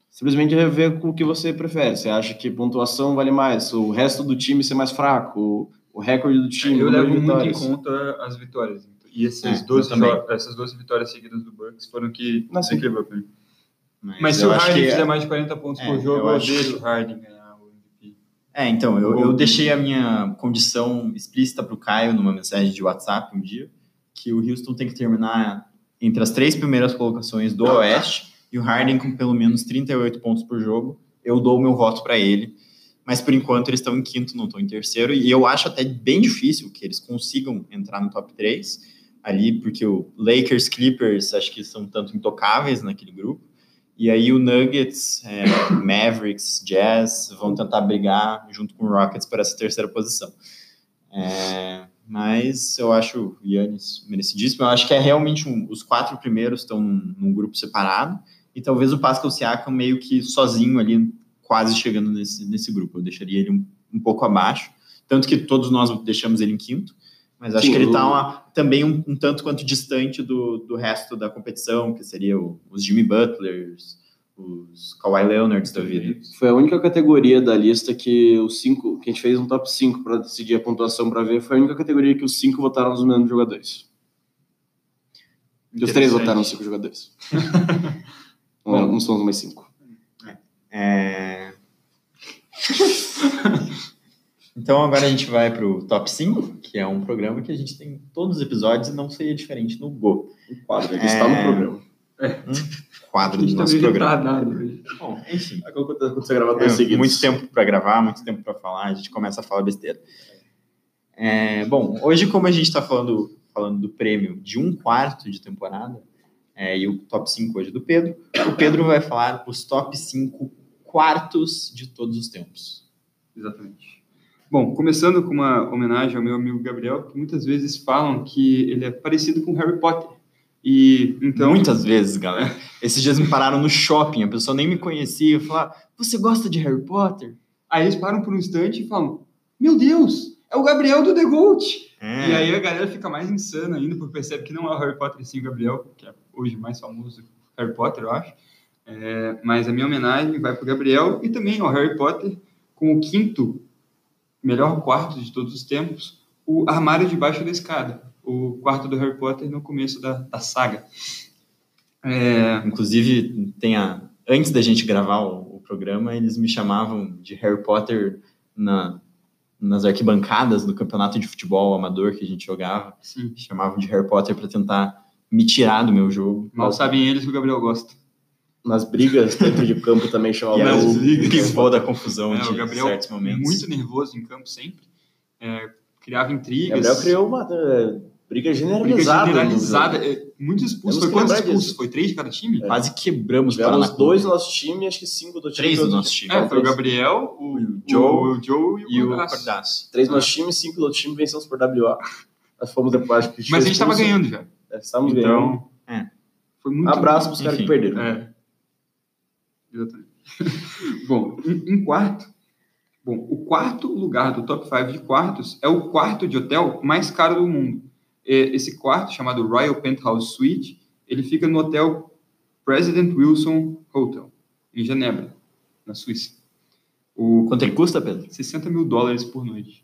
simplesmente rever com o que você prefere. Você acha que pontuação vale mais, o resto do time ser mais fraco, o, o recorde do time, eu o levo número de muito em vitórias. conta as vitórias. E esses É, eu doze também. jo- essas doze vitórias seguidas do Bucks foram que Não, sim. desequilibrou pra mim. Mas, Mas se eu o acho Harden que fizer é- mais de quarenta pontos é, por jogo, eu eu, acho deixo que- o Harden ganhar o M V P. É, então, eu, Bom, eu deixei a minha condição explícita para o Caio numa mensagem de WhatsApp um dia, que o Houston tem que terminar entre as três primeiras colocações do Oeste e o Harden com pelo menos trinta e oito pontos por jogo. Eu dou o meu voto para ele, mas por enquanto eles estão em quinto, não estão em terceiro, e eu acho até bem difícil que eles consigam entrar no top três ali, porque o Lakers, Clippers, acho que são tanto intocáveis naquele grupo. E aí o Nuggets, é, Mavericks, Jazz vão tentar brigar junto com o Rockets por essa terceira posição. É, mas eu acho o Giannis merecidíssimo. Eu acho que é realmente um, os quatro primeiros estão num, num grupo separado e talvez o Pascal Siakam meio que sozinho ali, quase chegando nesse, nesse grupo. Eu deixaria ele um, um pouco abaixo, tanto que todos nós deixamos ele em quinto. Mas acho Sim, que ele está o- também um, um tanto quanto distante do, do resto da competição, que seria o- os Jimmy Butlers, os Kawhi Leonards da vida. Foi a única categoria da lista que os cinco, que a gente fez um top cinco para decidir a pontuação para ver, foi a única categoria que os cinco votaram nos mesmos jogadores. E os três Interessante. votaram nos cinco jogadores. Bom. não, não somos mais cinco. É... Então agora a gente vai para o top cinco, que é um programa que a gente tem todos os episódios e não seria diferente no Go. O quadro, ele É. está no programa. Um quadro A gente do tá nosso meio programa. retardado hoje. Bom, enfim. Quando você grava É, dois seguidos. muito tempo para gravar, muito tempo para falar, a gente começa a falar besteira. É, bom, hoje como a gente está falando, falando do prêmio de um quarto de temporada, é, e o top cinco hoje é do Pedro, o Pedro vai falar os top cinco quartos de todos os tempos. Exatamente. Bom, começando com uma homenagem ao meu amigo Gabriel, que muitas vezes falam que ele é parecido com Harry Potter. E então... Muitas vezes, galera. Esses dias me pararam no shopping, a pessoa nem me conhecia, eu falava, você gosta de Harry Potter? Aí eles param por um instante e falam, meu Deus, é o Gabriel do The Goat. É. E aí a galera fica mais insana ainda, porque percebe que não é o Harry Potter, sim o Gabriel, que é hoje mais famoso que Harry Potter, eu acho. É, mas a minha homenagem vai para o Gabriel e também ao Harry Potter, com o quinto melhor quarto de todos os tempos, o armário debaixo da escada, o quarto do Harry Potter no começo da, da saga. É, Inclusive, tem a... antes da gente gravar o, o programa, eles me chamavam de Harry Potter na, nas arquibancadas do campeonato de futebol amador que a gente jogava. sim, Chamavam de Harry Potter para tentar me tirar do meu jogo. mal sabem eles que o Gabriel gosta. Nas brigas dentro de campo também E chamavam. era Nas o ligas. pivô da confusão É, de o Gabriel certos momentos. muito nervoso em campo sempre, é, criava intrigas. Gabriel criou uma uh, briga briga generalizada. generalizada, é, muito expulso. Temos Foi que quantos lembrar expulsos? disso. Foi três de cada time? Quase quebramos o Tivemos Paraná dois Clube. do nosso time e acho que cinco do time. Três do outro nosso time. time. É, foi o Gabriel, o, o Joe o Joe e E o o Cordaço. Cordaço. Três do nosso time, cinco do outro time, vencemos por W A. Nós fomos depois, acho que Mas a gente tava ganhando já. É, estávamos ganhando. Então, É. foi muito... Abraço pros caras Enfim. que perderam. É. Exatamente. Bom, em, em quarto, bom, o quarto lugar do top cinco de quartos é o quarto de hotel mais caro do mundo. É, esse quarto, chamado Royal Penthouse Suite, ele fica no hotel President Wilson Hotel, em Genebra, na Suíça. O, Quanto ele custa, Pedro? sessenta mil dólares por noite.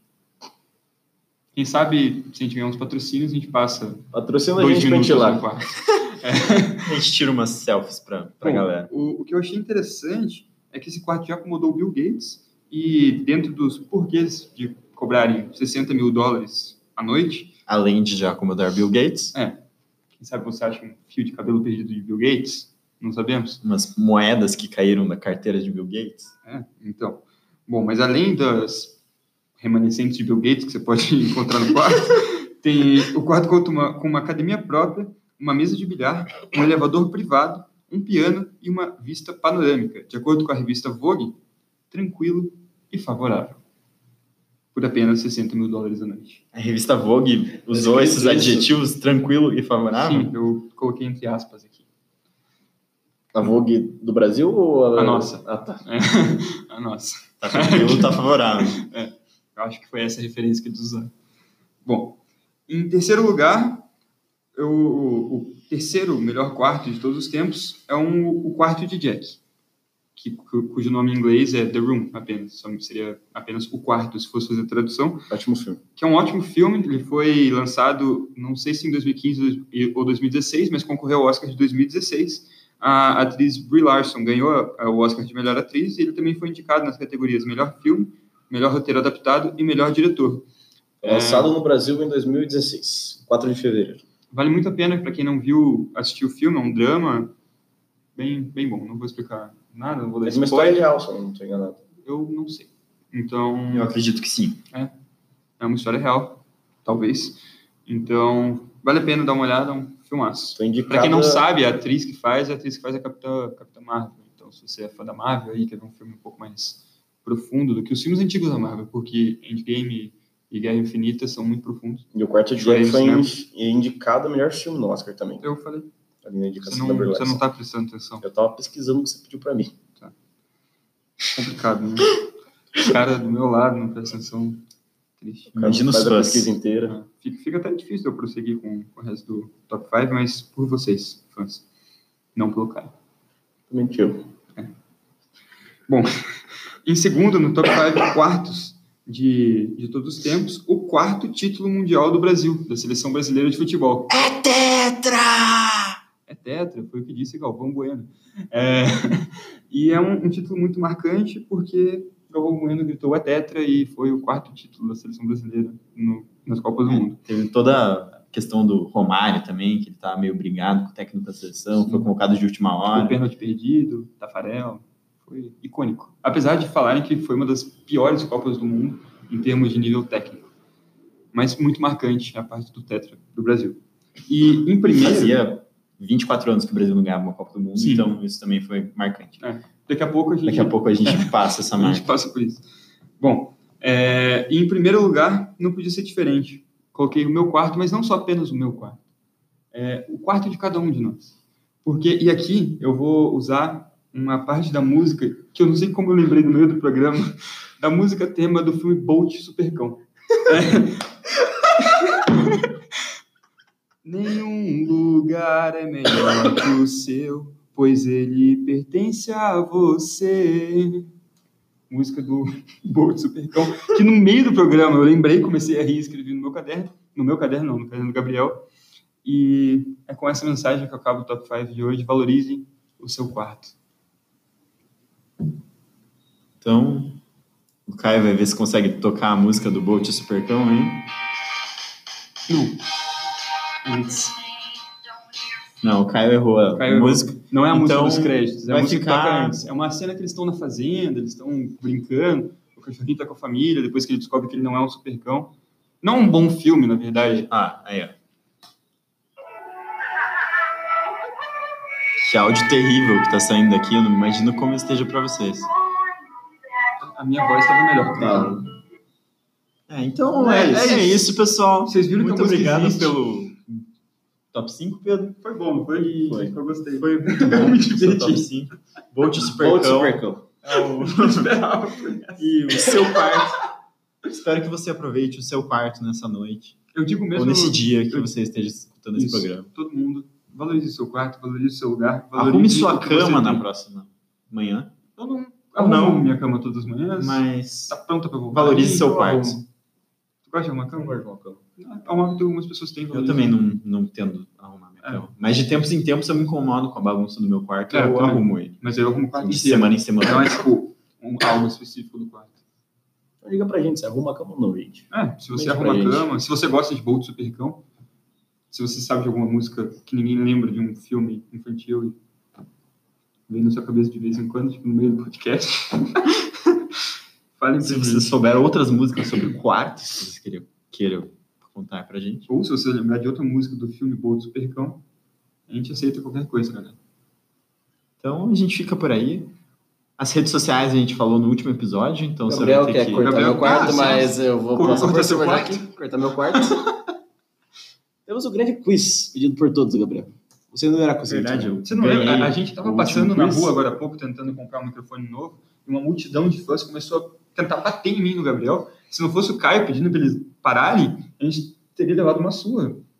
Quem sabe, se a gente ganhar uns patrocínios, a gente passa Patrocina a dois gente pra minutos gente ir lá. no quarto. A gente tira umas selfies pra, pra Bom, galera. O, o que eu achei interessante é que esse quarto já acomodou o Bill Gates e dentro dos porquês de cobrarem sessenta mil dólares à noite, Além de já acomodar Bill Gates, quem sabe você acha um fio de cabelo perdido de Bill Gates? Não sabemos. umas moedas que caíram da carteira de Bill Gates. É, então. Bom, mas além das remanescentes de Bill Gates que você pode encontrar no quarto, tem o quarto conta uma, com uma academia própria, uma mesa de bilhar, um elevador privado, um piano e uma vista panorâmica, de acordo com a revista Vogue, tranquilo e favorável. Por apenas sessenta mil dólares a noite. A revista Vogue usou Escrito esses isso. adjetivos tranquilo e favorável? Sim, eu coloquei entre aspas aqui. A Vogue do Brasil ou a, A nossa. Ah, tá. É, a nossa. Tá tranquilo, tá favorável. Eu acho que foi essa a referência que eles usaram. Bom, em terceiro lugar, eu, o terceiro melhor quarto de todos os tempos é um, o quarto de Jack, que, cujo nome em inglês é The Room, apenas. Só seria apenas O Quarto, se fosse fazer a tradução. Ótimo filme. Que é um ótimo filme. Ele foi lançado, não sei se em dois mil e quinze ou dois mil e dezesseis, mas concorreu ao Oscar de dois mil e dezesseis. A atriz Brie Larson ganhou o Oscar de melhor atriz e ele também foi indicado nas categorias melhor filme, melhor roteiro adaptado e melhor diretor. Lançado é... no Brasil em dois mil e dezesseis, quatro de fevereiro. Vale muito a pena, para quem não viu, assistir o filme. É um drama bem, bem bom. Não vou explicar nada, não vou dar spoiler. É uma história real, se eu não estou enganado. Eu não sei. Então... Eu acredito que sim. É, é uma história real, talvez. Então, vale a pena dar uma olhada, é um filmaço. Indicada... Para quem não sabe, a atriz que faz, a atriz que faz é a Capitã, Capitã Marvel. Então, se você é fã da Marvel, aí quer ver um filme um pouco mais profundo do que os filmes antigos da Marvel, porque Endgame e Guerra Infinita são muito profundos. E o Quarto de Guerra foi indicado a melhor filme no Oscar também. Eu falei. Ali na indicação você não, da você não tá prestando atenção. Eu tava pesquisando o que você pediu para mim. Tá. Complicado, né? O cara do meu lado não presta atenção. Triste. Imagina os fãs. A pesquisa inteira. É. Fica, fica até difícil eu prosseguir com, com o resto do top cinco, mas por vocês, fãs. Não pelo cara. Mentiu. É. Bom, em segundo, no top cinco quartos de, de todos os tempos, o quarto título mundial do Brasil, da seleção brasileira de futebol. É tetra! É tetra, foi o que disse Galvão Bueno. É, e é um, um título muito marcante porque Galvão Bueno gritou é tetra e foi o quarto título da seleção brasileira no, nas Copas do é, Mundo. Teve toda a questão do Romário também, que ele estava meio brigado com o técnico da seleção, Sim. foi convocado de última hora. O pênalti perdido, Tafarel, foi icônico. Apesar de falarem que foi uma das piores Copas do Mundo em termos de nível técnico. Mas muito marcante a parte do tetra do Brasil. E em primeiro... Fazia vinte e quatro anos que o Brasil não ganhava uma Copa do Mundo, Sim. Então isso também foi marcante. É. Daqui a pouco a gente... Daqui a pouco a gente passa essa marca. A gente passa por isso. Bom, é, em primeiro lugar, não podia ser diferente. Coloquei o meu quarto, mas não só apenas o meu quarto. É, o quarto de cada um de nós. Porque, e aqui eu vou usar uma parte da música, que eu não sei como eu lembrei no meio do programa, da música tema do filme Bolt Supercão. É. Nenhum lugar é melhor que o seu, pois ele pertence a você. Música do Bolt Supercão, que no meio do programa eu lembrei, comecei a rir e escrevi no meu caderno, no meu caderno não, no caderno do Gabriel, e é com essa mensagem que eu acabo o top cinco de hoje. Valorizem o seu quarto. Então, o Caio vai ver se consegue tocar a música do Bolt Supercão, hein? Não. Antes. Não, o Caio errou a Caio música. Errou. Não é a então, música dos créditos, é a música ficar... que toca antes. É uma cena que eles estão na fazenda, eles estão brincando, o cachorrinho tá com a família, depois que ele descobre que ele não é um supercão. Não um bom filme, na verdade. Ah, aí, ó. Que áudio terrível que tá saindo daqui, eu não imagino como esteja pra vocês. A minha voz estava melhor. Tá. É, então é, é, isso. é isso, pessoal. Vocês viram muito que obrigado existe. Pelo top cinco, Pedro. Foi bom, não foi? Foi. Eu gostei. Foi muito bom. Me diverti. top cinco. Bolt Supercão. É o... E o seu quarto. Espero que você aproveite o seu quarto nessa noite. Eu digo mesmo. Ou nesse dia que eu... você esteja escutando isso, esse programa. Todo mundo. Valorize o seu quarto, valorize o seu lugar. Arrume sua cama na próxima manhã. Eu não arrumo não. minha cama todas as manhãs. Mas tá pronta para voltar. Valorize seu quarto. Tu gosta de arrumar cama? Eu gosto de arrumar cama. É uma que algumas pessoas têm. Eu também não, não tendo arrumar minha cama. É. Mas de tempos em tempos eu me incomodo com a bagunça do meu quarto. É, eu, eu arrumo ele. Mas eu arrumo o quarto de semana em semana. Não é tipo um, algo específico do quarto. Então liga pra gente, você arruma a cama ou não, gente? É, se você arruma a cama, se você gosta de Bolt Supercão, se você sabe de alguma música que ninguém lembra de um filme infantil e vem na sua cabeça de vez em quando, tipo no meio do podcast, falem pra Se gente. você souber outras músicas sobre o quarto, se você queira, queira contar pra gente. Ou se você lembrar de outra música do filme Bolt Supercão, a gente aceita qualquer coisa, galera. Então a gente fica por aí. As redes sociais a gente falou no último episódio, então Gabriel você vai ter quer que... cortar Gabriel, meu quarto, ah, mas eu vou Corta passar por seu cima já quarto. aqui, cortar meu quarto. Temos um grande quiz pedido por todos, Gabriel. Você não era conseguido. Verdade, eu Você não lembra? A, a gente estava passando na quiz. rua agora há pouco, tentando comprar um microfone novo, e uma multidão de fãs começou a tentar bater em mim no Gabriel. Se não fosse o Caio pedindo para eles pararem, a gente teria levado uma surra.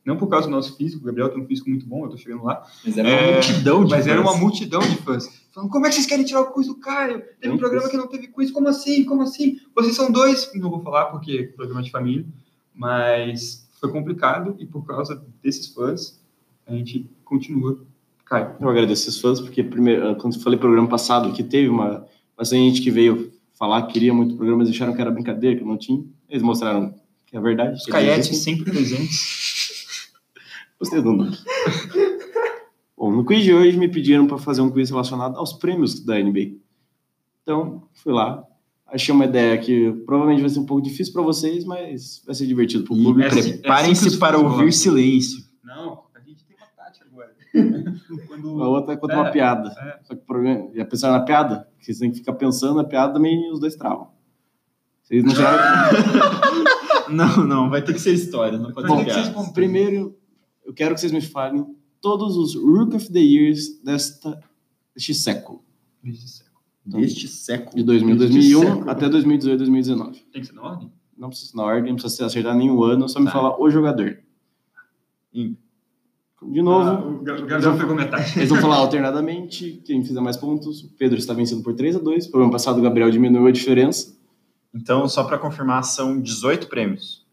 Não por causa do nosso físico, o Gabriel tem um físico muito bom, eu tô chegando lá. Mas era uma é, multidão de Mas fãs. era uma multidão de fãs. Falando, como é que vocês querem tirar o quiz do Caio? Teve um programa que não teve quiz, como assim? Como assim? Vocês são dois, não vou falar porque é programa de família, mas foi complicado e por causa desses fãs, a gente continua. Caio. Eu agradeço esses fãs, porque primeiro, quando eu falei programa passado, que teve uma bastante gente que veio falar que queria muito programa, eles acharam que era brincadeira, que não tinha. Eles mostraram que é verdade. Os caietes sempre presentes. Gostei do nome. Bom, no quiz de hoje me pediram para fazer um quiz relacionado aos prêmios da N B A. Então, fui lá. Achei uma ideia que provavelmente vai ser um pouco difícil para vocês, mas vai ser divertido para o público. Preparem-se é assim para ouvir silêncio. Não, a gente tem uma tática agora. Quando... A outra é contra é, uma piada. É. Só que o problema... Já pensaram na piada? Porque vocês têm que ficar pensando na piada também e os dois travam. Vocês não já... Não, não. Vai ter que ser história. Não pode ser piada. Vocês... Primeiro, eu quero que vocês me falem todos os Rook of the Years desta, deste século. Deste século. Então, deste século. De dois mil, dois mil e um século. Até dois mil e dezoito, dois mil e dezenove. Tem que ser na ordem? Não precisa ser na ordem, não precisa acertar nenhum ano, só me tá. falar o jogador. E... De novo, ah, o Gabriel pegou metade. Eles vão falar alternadamente, quem fizer mais pontos. O Pedro está vencendo por três a dois. No ano passado o Gabriel diminuiu a diferença. Então, só para confirmar, são dezoito prêmios.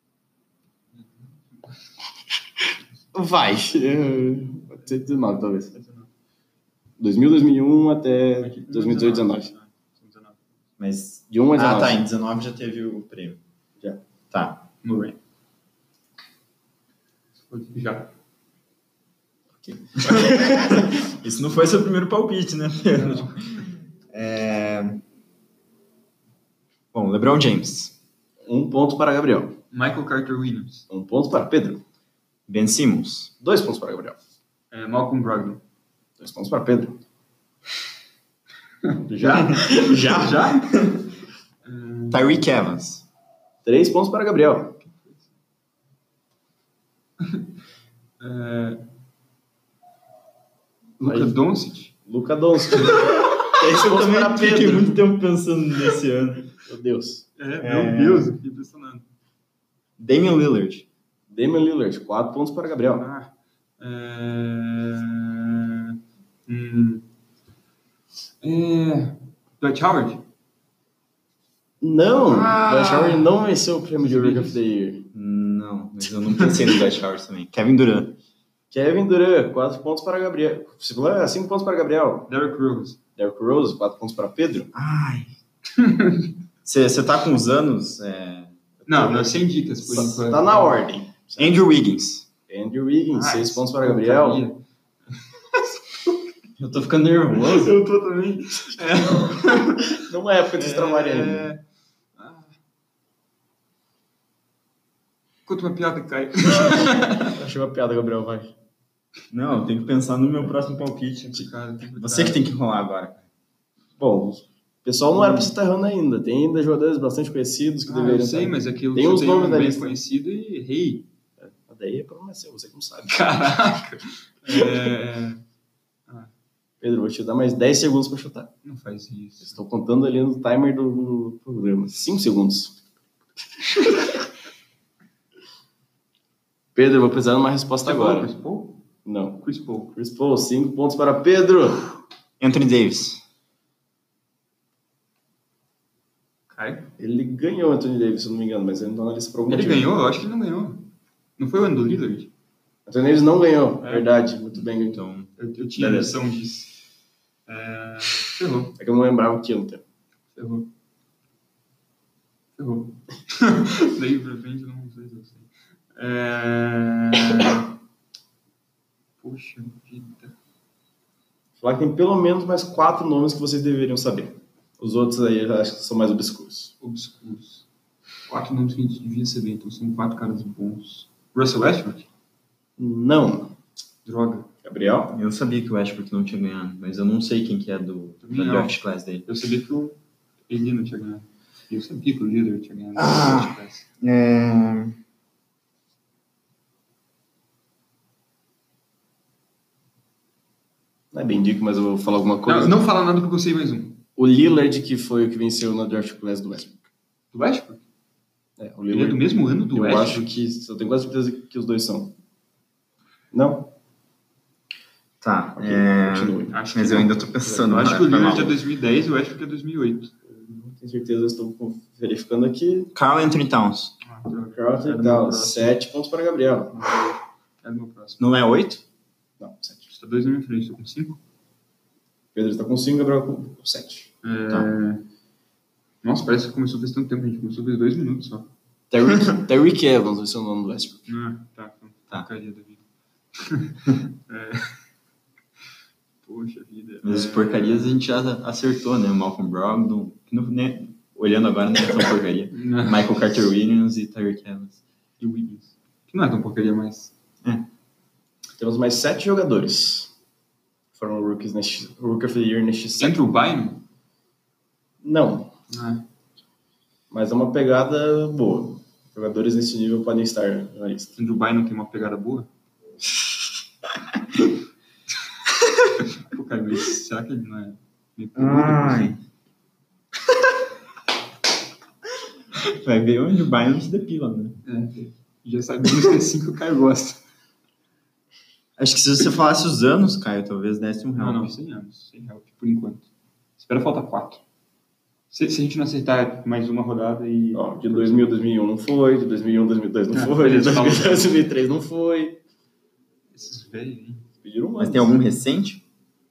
Vai. Pode ser dezenove, talvez. dois mil, dois mil e um até dois mil e dezoito, dezenove. Mas de um a dezenove. Ah, tá. Em dezenove já teve o prêmio. Já. Tá. Murray. Já. Isso não foi seu primeiro palpite, né, Pedro? É... Bom, LeBron James. Um ponto para Gabriel. Michael Carter Williams. Um ponto para Pedro. Ben Simmons. Dois pontos para Gabriel. É, Malcolm Brogdon. Dois pontos para Pedro. Já? Já? Já? Tyreek Evans. Três pontos para Gabriel. É... Luka Doncic. Luka Doncic. Esse eu também fiquei muito tempo pensando nesse ano. Meu Deus. É, é... Meu Deus, eu fiquei impressionado. Damian Lillard. Damian Lillard, quatro pontos para Gabriel. Ah, é... Hum... É... Dwight Howard? Não, ah, Dwight Howard não venceu o prêmio de Rook of the Year. Não, mas eu não pensei no Dwight Howard também. Kevin Durant. Kevin Durant, quatro pontos para Gabriel. cinco pontos para Gabriel. Derrick Rose. Derrick Rose, quatro pontos para Pedro. Ai. Você tá com os anos? É... Não, não, sem dicas. Por enquanto. Tá na ordem. Andrew Wiggins. Andrew Wiggins, ah, seis pontos para Gabriel. Eu tô ficando nervoso. Eu tô também. É. Não é época de trabalhar ainda. Ah. Conta uma piada, Caio. Achei uma piada, Gabriel, vai. Não, eu tenho que pensar no meu próximo palpite. Cara, você que tem que enrolar agora. Bom, o pessoal não era pra você estar errando ainda. Tem ainda jogadores bastante conhecidos que ah, deveriam eu sei, estar... mas é que eu tem uns nomes da lista conhecido e errei. É, daí é problema seu, você que não sabe. Caraca. É... Pedro, vou te dar mais dez segundos para chutar. Não faz isso. Estou contando ali no timer do, do programa. cinco segundos. Pedro, eu vou precisar de uma resposta Você agora. Chris Paul? Não. Chris Paul. Chris Paul, cinco pontos para Pedro. Anthony Davis. Caio? Ele ganhou o Anthony Davis, se eu não me engano, mas ele não tá na lista por algum Ele motivo. ganhou? Eu acho que ele não ganhou. Não foi o ano do Lillard? Anthony Davis não ganhou, é. Verdade. Muito bem, então. Eu, eu tinha noção disso. É... Ferrou. É que eu não lembrava que ia no tempo. Ferrou. Ferrou. Daí pra frente eu não sei se eu sei. É... Poxa vida. Falar que tem pelo menos mais quatro nomes que vocês deveriam saber. Os outros aí eu acho que são mais obscuros. Obscuros. Quatro nomes que a gente devia saber, então são quatro caras bons. Russell Westbrook? Não. Droga. Gabriel? Eu sabia que o Westbrook não tinha ganhado, mas eu não sei quem que é do, do draft class dele. Eu sabia que o Eli não tinha ganhado. Eu sabia que o líder tinha ganhado. Ah, é... Não é bem dico, mas eu vou falar alguma coisa. Não, não fala nada porque eu sei mais um. O Lillard, que foi o que venceu na draft class do Westbrook. Do Westbrook? É, o Lillard. Ele é do mesmo ano do eu Westbrook? Eu acho que, eu tenho quase certeza que os dois são. Não? Tá, Ok, é... continue. Acho mas que eu não. ainda tô pensando. Eu acho né? que o Foi mal. Lillard é dois mil e dez e o Westbrook é dois mil e oito. Não tenho certeza, eu estou verificando aqui. Carl Anthony Towns. Ah, droga. Carlton Era e do meu tal, próximo. sete pontos para Gabriel. É do meu próximo. Não é oito? Não, sete. Você tá dois na minha frente, tô com cinco. Pedro está com cinco, Gabriel com sete. É... Tá. Nossa, parece que começou faz tanto tempo, a gente começou faz dois minutos só. Tyreek Tyreek Evans, esse é o nome do Westbrook. Ah, tá. Tá. Porcaria da vida. é... Poxa vida. Mas é... as porcarias a gente já acertou, né? Malcolm Brogdon, que não, né? Olhando agora não é tão porcaria. Michael Carter-Williams e Tyreek Evans. E o Wiggins. Que não é tão porcaria, mas... Temos mais sete jogadores. Foram rookies neste, Rookie of the Year neste set. Andrew Bynum? Não, Ah, mas é uma pegada boa. Jogadores nesse nível podem estar na lista. Andrew Bynum tem uma pegada boa? Pô, cara, mas será que ele não é meio peludo? Ai. Vai ver onde o Bayern se depila, né? É, já sabemos que é assim que o Caio gosta. Acho que se você falasse os anos, Caio, talvez desse um Não, real. não, cem anos. cem help, por enquanto. Espera, falta quatro. Se, se a gente não acertar mais uma rodada e... Ó, de dois mil, dois mil e um não foi, de dois mil e um, dois mil e dois não Ah, foi, de beleza, dois mil e dois, fala. dois mil e três não foi. Esses velhos, hein? Pediram mais. Mas tem algum recente?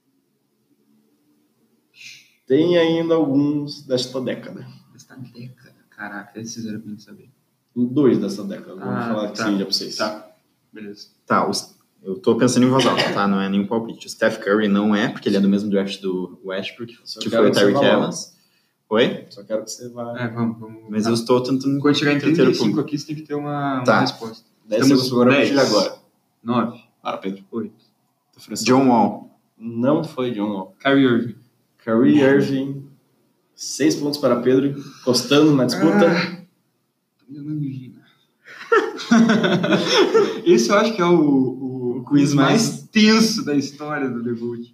Tem ainda alguns desta década. Desta década. Caraca, esses eram pra gente saber. Dois dessa década. Vou Ah, falar que tá. sim já pra vocês. Tá, beleza. Tá, os, eu tô pensando em voz alta, tá? Não é nenhum palpite. O Steph Curry não é, porque ele é do mesmo draft do Westbrook, Só que quero foi o que você Tyreek vá logo. Evans. Oi? Só quero que você vá. É, vamos, vamos. Mas tá. eu estou tentando... Quando chegar em entreter o trinta e cinco público. aqui, você tem que ter uma, Tá. uma resposta. dez Temos segundos agora a partir de dez. agora. nove, Ah, Pedro. oito. Tô oferecendo. John Wall. Não foi John Wall. Kyrie Irving. Kyrie Irving. Seis pontos para Pedro. Encostando na disputa. Ah, tô me dando angina. Esse eu acho que é o, o, O quiz mais... tenso da história do debut.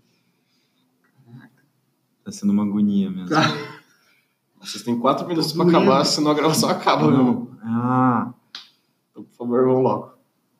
Tá sendo uma agonia mesmo. Vocês têm quatro minutos Tô para doendo. acabar, senão a gravação acaba, meu. Não. Ah, Então, por favor, vamos logo.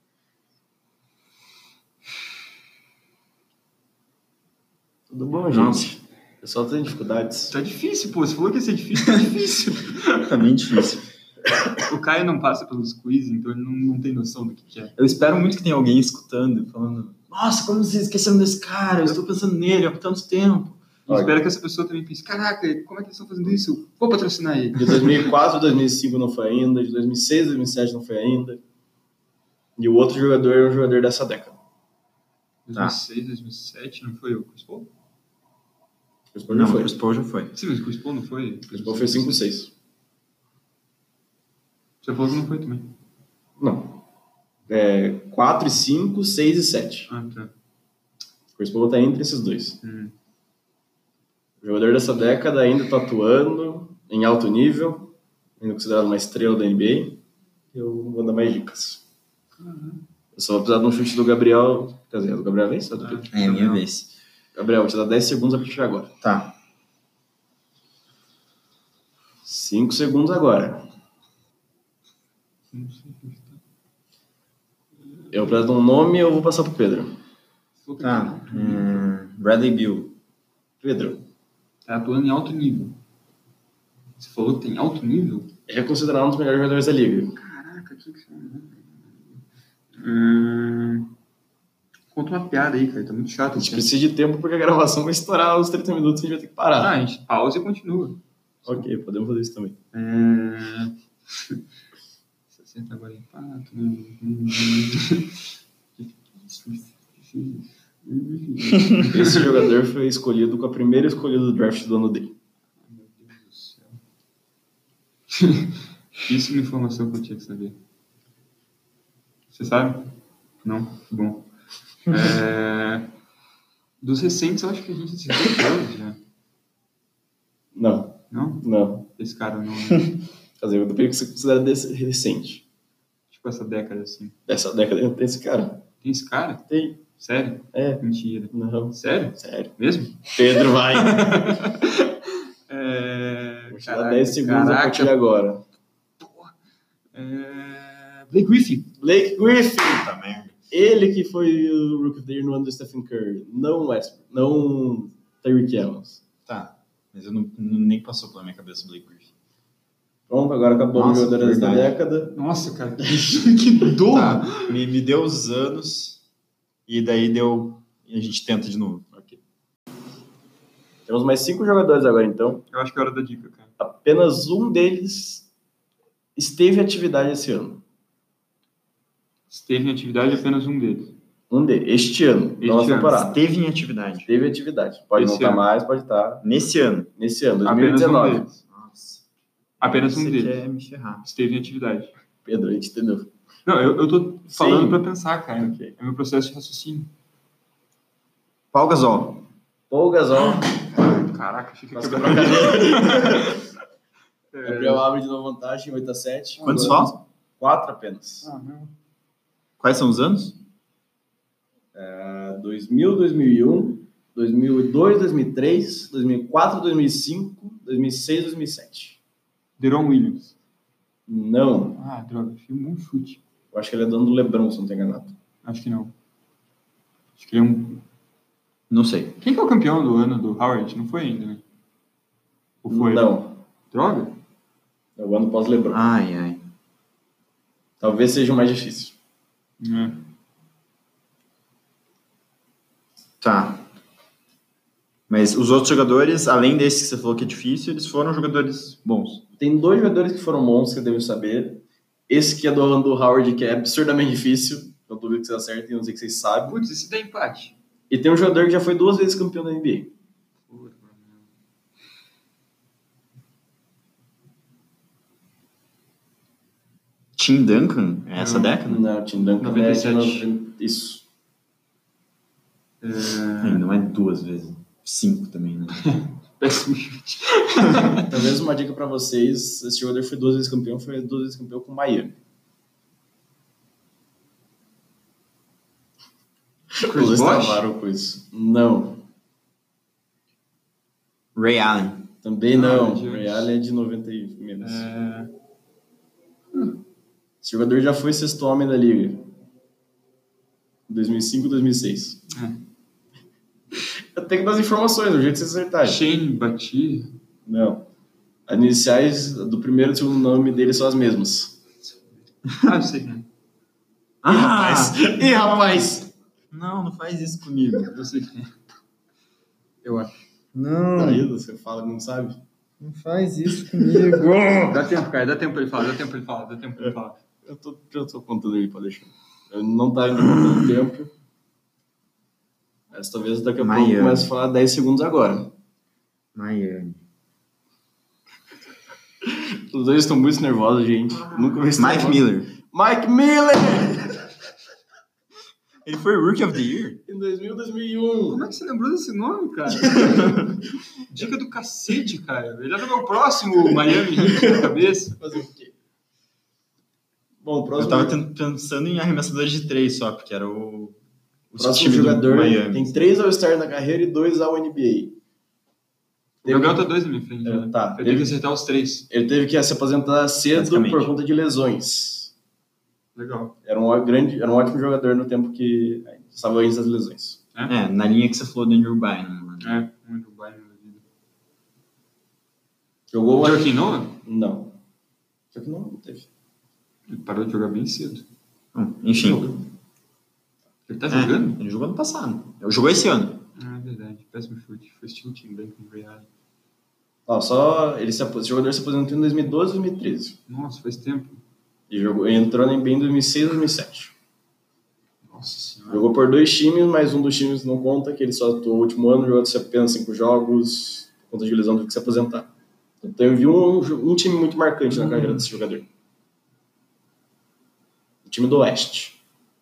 Tudo bom, gente? Nossa. O pessoal tem dificuldades. Tá difícil, pô. Você falou que ia ser difícil, tá difícil. tá bem difícil. O Caio não passa pelos quiz, então ele não, não tem noção do que, que é. Eu espero muito que tenha alguém escutando, falando: nossa, como vocês esqueceram desse cara? Eu estou pensando nele há tanto tempo. Eu espero que essa pessoa também pense, caraca, como é que eles estão fazendo isso? Vou patrocinar ele. De dois mil e quatro, dois mil e cinco não foi ainda. De dois mil e seis, dois mil e sete não foi ainda. E o outro jogador é um jogador dessa década. dois mil e seis, dois mil e sete, não foi o Chris Paul? Chris Paul Não, já o foi. Chris Paul já foi. Sim, mas o Chris Paul não foi? Chris Paul foi cinco seis. Você falou que não foi também. Não. É quatro e cinco, seis e sete. Ah, tá. Chris Paul tá entre esses dois. Hum. O jogador dessa década ainda tá atuando em alto nível, ainda considerado uma estrela da N B A. Eu vou dar mais dicas. Uhum. Eu só vou precisar de um chute do Gabriel. Quer dizer, é do Gabriel vez? Ou do Pedro? É, minha vez. Gabriel, vou te dar dez segundos a partir de agora. Tá. cinco segundos agora. Não sei o que tá. Eu preciso de um nome e eu vou passar pro Pedro. Falou que Tá. Hum, Bradley Beal. Pedro, tá atuando em alto nível. Você falou que tem alto nível? é considerado um dos melhores jogadores da liga. Caraca, que que você... Hum... Conta uma piada aí, cara. Tá muito chato. A gente precisa de tempo porque a gravação vai estourar os trinta minutos e a gente vai ter que parar. Ah, a gente pausa e continua. Ok, podemos fazer isso também. É... sessenta agora empate. Esse jogador foi escolhido com a primeira escolha do draft do ano dele. Meu Deus do céu. Isso é uma informação que eu tinha que saber. Você sabe? Não? Bom. É... Dos recentes, eu acho que a gente acertou todos já. Não, Não? não. Esse cara não. Quer dizer, eu tenho que você considera desse- recente. Tipo essa década assim. Dessa década tem esse cara? Tem esse cara? Tem. Sério? É. Mentira. Não. Sério? Sério. Mesmo? Pedro, vai. É... Vou te dar dez segundos a partir de agora. É... Blake Griffin. Blake Griffin. Puta merda. Ele que foi o Rookie of the Year no ano do Stephen Curry. Não Westbrook. Não Tyreek Evans. Tá, mas eu não, não- nem passou pela minha cabeça o Blake Griffin. Pronto, agora acabou Nossa, o jogador da verdade. década. Nossa, cara, que, que dor. Tá, me, me deu os anos e daí deu... E a gente tenta de novo. Ok. Temos mais cinco jogadores agora, então. Eu acho que é hora da dica, cara. Apenas um deles esteve em atividade esse ano. Esteve em atividade apenas um deles. Um deles. Este ano. Este não na ano. temporada. Esteve em atividade. Esteve em atividade. Pode Esse não estar ano. mais, pode estar Nesse ano. nesse ano, Apenas um dois mil e dezenove. deles. Nossa. Apenas um Você deles. quer me ferrar. Esteve em atividade. Pedro, a gente entendeu. Não, eu, eu tô falando Sim. pra pensar, cara. Ok. É meu processo de raciocínio. Paul Gasol. Paul Gasol. Caraca, achei que ia Nossa, quebrar. quebrou a cadeira. É. Gabriel abre de novo vantagem, oito a sete. Quantos só? Quatro apenas. Ah, não. Quais são os anos? Uh, dois mil, dois mil e um, dois mil e dois, dois mil e três, dois mil e quatro, dois mil e cinco, dois mil e seis, dois mil e sete. Deron Williams. Não. Ah, droga, fiz um bom chute. Eu acho que ele é dono do LeBron, se não estou enganado. Acho que não. Acho que ele é um... Não sei. Quem que é o campeão do ano do Howard? Não foi ainda, né? Ou foi? Não. Droga? É o ano pós-LeBron. Ai, ai. Talvez seja o mais difícil. É. Tá. Mas os outros jogadores, além desse que você falou que é difícil, eles foram jogadores bons. Tem dois jogadores que foram bons que eu devo saber. Esse que é do ano do Howard, que é absurdamente difícil. Eu duvido que vocês acertem, não sei que vocês sabem. Putz, esse dá empate. E tem um jogador que já foi duas vezes campeão da N B A. Tim Duncan? É essa Não. década? Não, o Tim Duncan noventa e sete. é de noventa. Isso. É... Ai, não é duas vezes. Cinco também, né? Péssimo chute. Talvez uma dica pra vocês, esse jogador foi duas vezes campeão, foi duas vezes campeão com Miami. Chris Os Bosh? travaram com isso. Não. Ray Allen. Também Ah, não. gente. Ray Allen é de noventa e menos. É... Esse jogador já foi sexto homem da liga. dois mil e cinco, dois mil e seis. É. Eu tenho que dar as informações, o jeito de vocês acertarem. Shane Battier. Não. As iniciais do primeiro e do segundo nome dele são as mesmas. Ah, eu sei quem é. Ah, Rapaz! Ih, rapaz! Não, não faz isso comigo. Eu sei quem é. Eu acho. Não, Daí você fala que não sabe. não faz isso comigo. Dá tempo, cara. Dá tempo pra ele falar. Dá tempo pra ele falar. Dá tempo pra ele falar. Eu tô, eu tô contando ele, pode deixar. Eu não tá ainda contando tempo. Mas talvez daqui a pouco Miami. eu comece a falar dez segundos agora. Miami. Os dois estão muito nervosos, gente. Nunca vi esse Mike nervoso. Miller. Mike Miller! Ele foi Rookie of the Year? Em dois mil, dois mil e um. Como é que você lembrou desse nome, cara? Dica do cacete, cara. Ele era o meu próximo Miami Heat na cabeça. Fazer o quê? Bom, o Eu próximo, tava tent- pensando em arremessadores de três só, porque era o, o próximo time do jogador Miami. tem três All-Star na carreira e dois ao N B O Gabriel tá dois na minha frente. É, né? tá. Eu tenho que acertar os três. A. Ele teve que se aposentar cedo Basicamente. por conta de lesões. Legal. Era um, grande, era um ótimo jogador no tempo que estava antes das lesões. É, na linha que você falou do Andrew Bynum. né? É, muito bem na vida. Jogou... Joaquim Noah? Não. Só que não teve. Ele parou de jogar bem cedo. Hum, enfim. Ele tá É, jogando? ele jogou ano passado. Ele jogou esse ano. Ah, é verdade. Péssimo chute. Foi estilo Tim Duncan com o Ray Allen. Não, só ele se, esse jogador se aposentou em dois mil e doze, dois mil e treze. Nossa, faz tempo. E jogou, entrou na N B A em dois mil e seis, dois mil e sete. Nossa senhora. Jogou por dois times, mas um dos times não conta, que ele só atuou o último ano, jogou apenas cinco jogos, por conta de lesão teve que se aposentar. Então eu vi um, um time muito marcante na carreira desse jogador. O time do Oeste.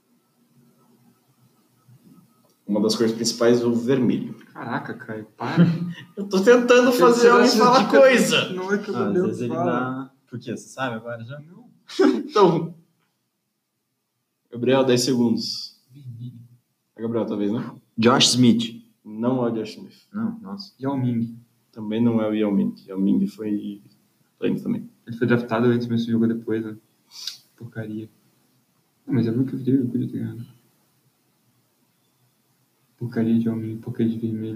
Uma das cores principais é o vermelho. Caraca, Caio, para. Eu tô tentando fazer alguém falar coisa. Não é que eu Ah, às não vezes ele fala. dá... Por quê? Você sabe agora já? Não. Então, Gabriel, dez segundos. Vermelho. É Gabriel, talvez, né? Josh Smith. Não é o Josh Smith. Não, nossa. Yao Ming. Também não é o Yao Ming. Yao Ming foi antes também. Ele foi draftado antes, mas jogou depois, né? Porcaria. Não, mas é muito que eu podia ter ganhado. Porcaria de homem, porcaria de vermelho.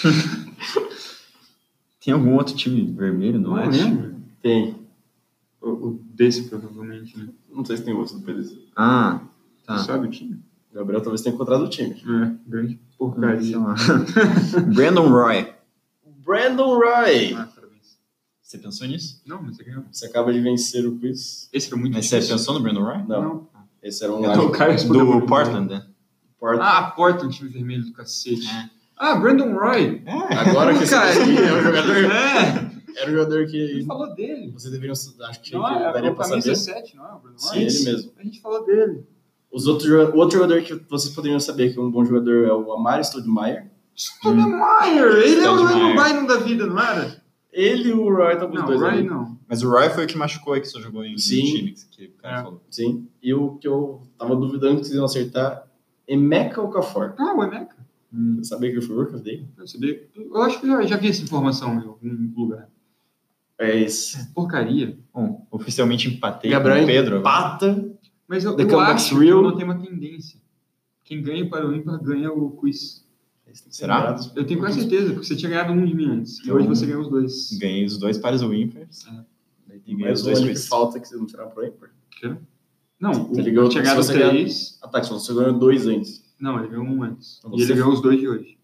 Tem algum outro time vermelho no Não Oeste? lembro. Tem. O, o desse, provavelmente, né? Não sei se tem outro depois desse. Ah, tá. Você sabe o time? O Gabriel talvez tenha encontrado o time. É, grande porcaria. Brandon Roy. Brandon Roy. Ah, parabéns. Você pensou nisso? Não, mas você ganhou. Você acaba de vencer o quiz. Esse era muito Mas você difícil. pensou no Brandon Roy? Não. Não. Esse era um Então, o cara respondeu Do muito Portland, né? Portland. Ah, Portland, time vermelho do cacete. É. Ah, Brandon Roy. É. Agora que você Cara, conseguiu, é um jogador. É. Era um jogador A que gente falou dele. você deveria. Acho que, Não, que é, daria o pra camisa saber. sete, não é o Brandon Sim, Roy? ele mesmo. A gente falou dele. Os outros, joga- o outro jogador que vocês poderiam saber que é um bom jogador é o Amari Stoudemire. Stoudemire. Ele é o Stoudemire. Ryan Bynum da vida, não era? Ele e o Roy estavam os Não, dois o Ryan ali. não. Mas o Roy foi o que machucou e que só jogou em Sim. time que o cara É. falou. Sim. E o que eu tava duvidando que vocês iam acertar, Emeka Okafor. Ah, o Emeka. Hum. Você sabia que ele foi work of the day? Eu sabia. Eu acho que eu já, já vi essa informação em algum lugar. É isso. Porcaria. Bom, oficialmente empatei Gabriel com o Pedro. empata. Mas eu, The eu Comeback acho Real. que não tem uma tendência. Quem ganha para o ímpar ganha o quiz. Será? Eu tenho quase certeza, porque você tinha ganhado um de mim antes. Então, e hoje você ganhou os dois. Ganhei os dois pares ou ímpares. É. E ganhei Mas os o dois único que quiz. falta é que vocês não tiraram pro ímpar. Quê? Não, o Você ligou- eu tinha ganhado se você ganhar- três. Ah, tá, que você ganhou dois antes. Não, ele ganhou um antes. Então E ele você- ganhou os dois de hoje.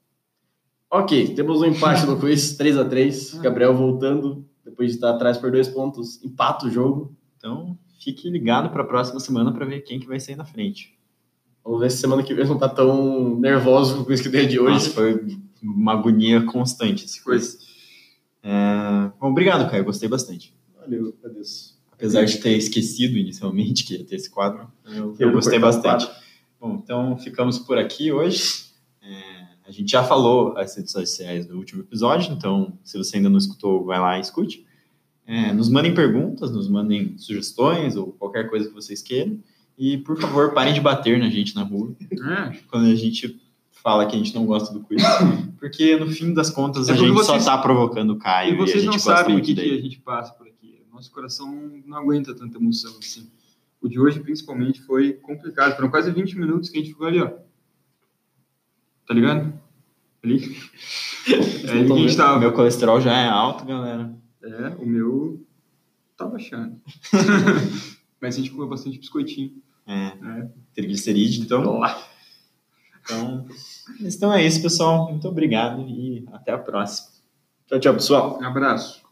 Ok, temos um empate no quiz, três a três. Ah. Gabriel voltando, depois de estar atrás por dois pontos, empata o jogo. Então, fique ligado para a próxima semana para ver quem que vai sair na frente. Vamos ver se semana que vem não tá tão nervoso com o quiz que deu de hoje. Nossa, foi uma agonia constante esse quiz. É... Bom, obrigado, Caio. Gostei bastante. Valeu, agradeço. Apesar de ter esquecido inicialmente que ia ter esse quadro, eu, Eu eu gostei vou cortar o bastante. Bom, então ficamos por aqui hoje. É, a gente já falou as redes sociais do último episódio, então se você ainda não escutou, vai lá e escute. É, nos mandem perguntas, nos mandem sugestões ou qualquer coisa que vocês queiram. E, por favor, parem de bater na gente na rua É. quando a gente fala que a gente não gosta do quiz. Porque, no fim das contas, É a porque gente só vocês- tá provocando o Caio E e, a vocês gente não gosta sabem o muito que, que dele. a gente passa por aqui. Nosso coração não aguenta tanta emoção assim. O de hoje, principalmente, foi complicado. Foram quase vinte minutos que a gente ficou ali, ó. Tá ligado? Ali. É ali que a gente tava. Meu colesterol já é alto, galera. É, o meu tá baixando. Mas a gente comeu bastante biscoitinho. É, É. triglicerídeo, então. Lá. Então, então é isso, pessoal. Muito obrigado e até a próxima. Tchau, tchau, pessoal. Um abraço.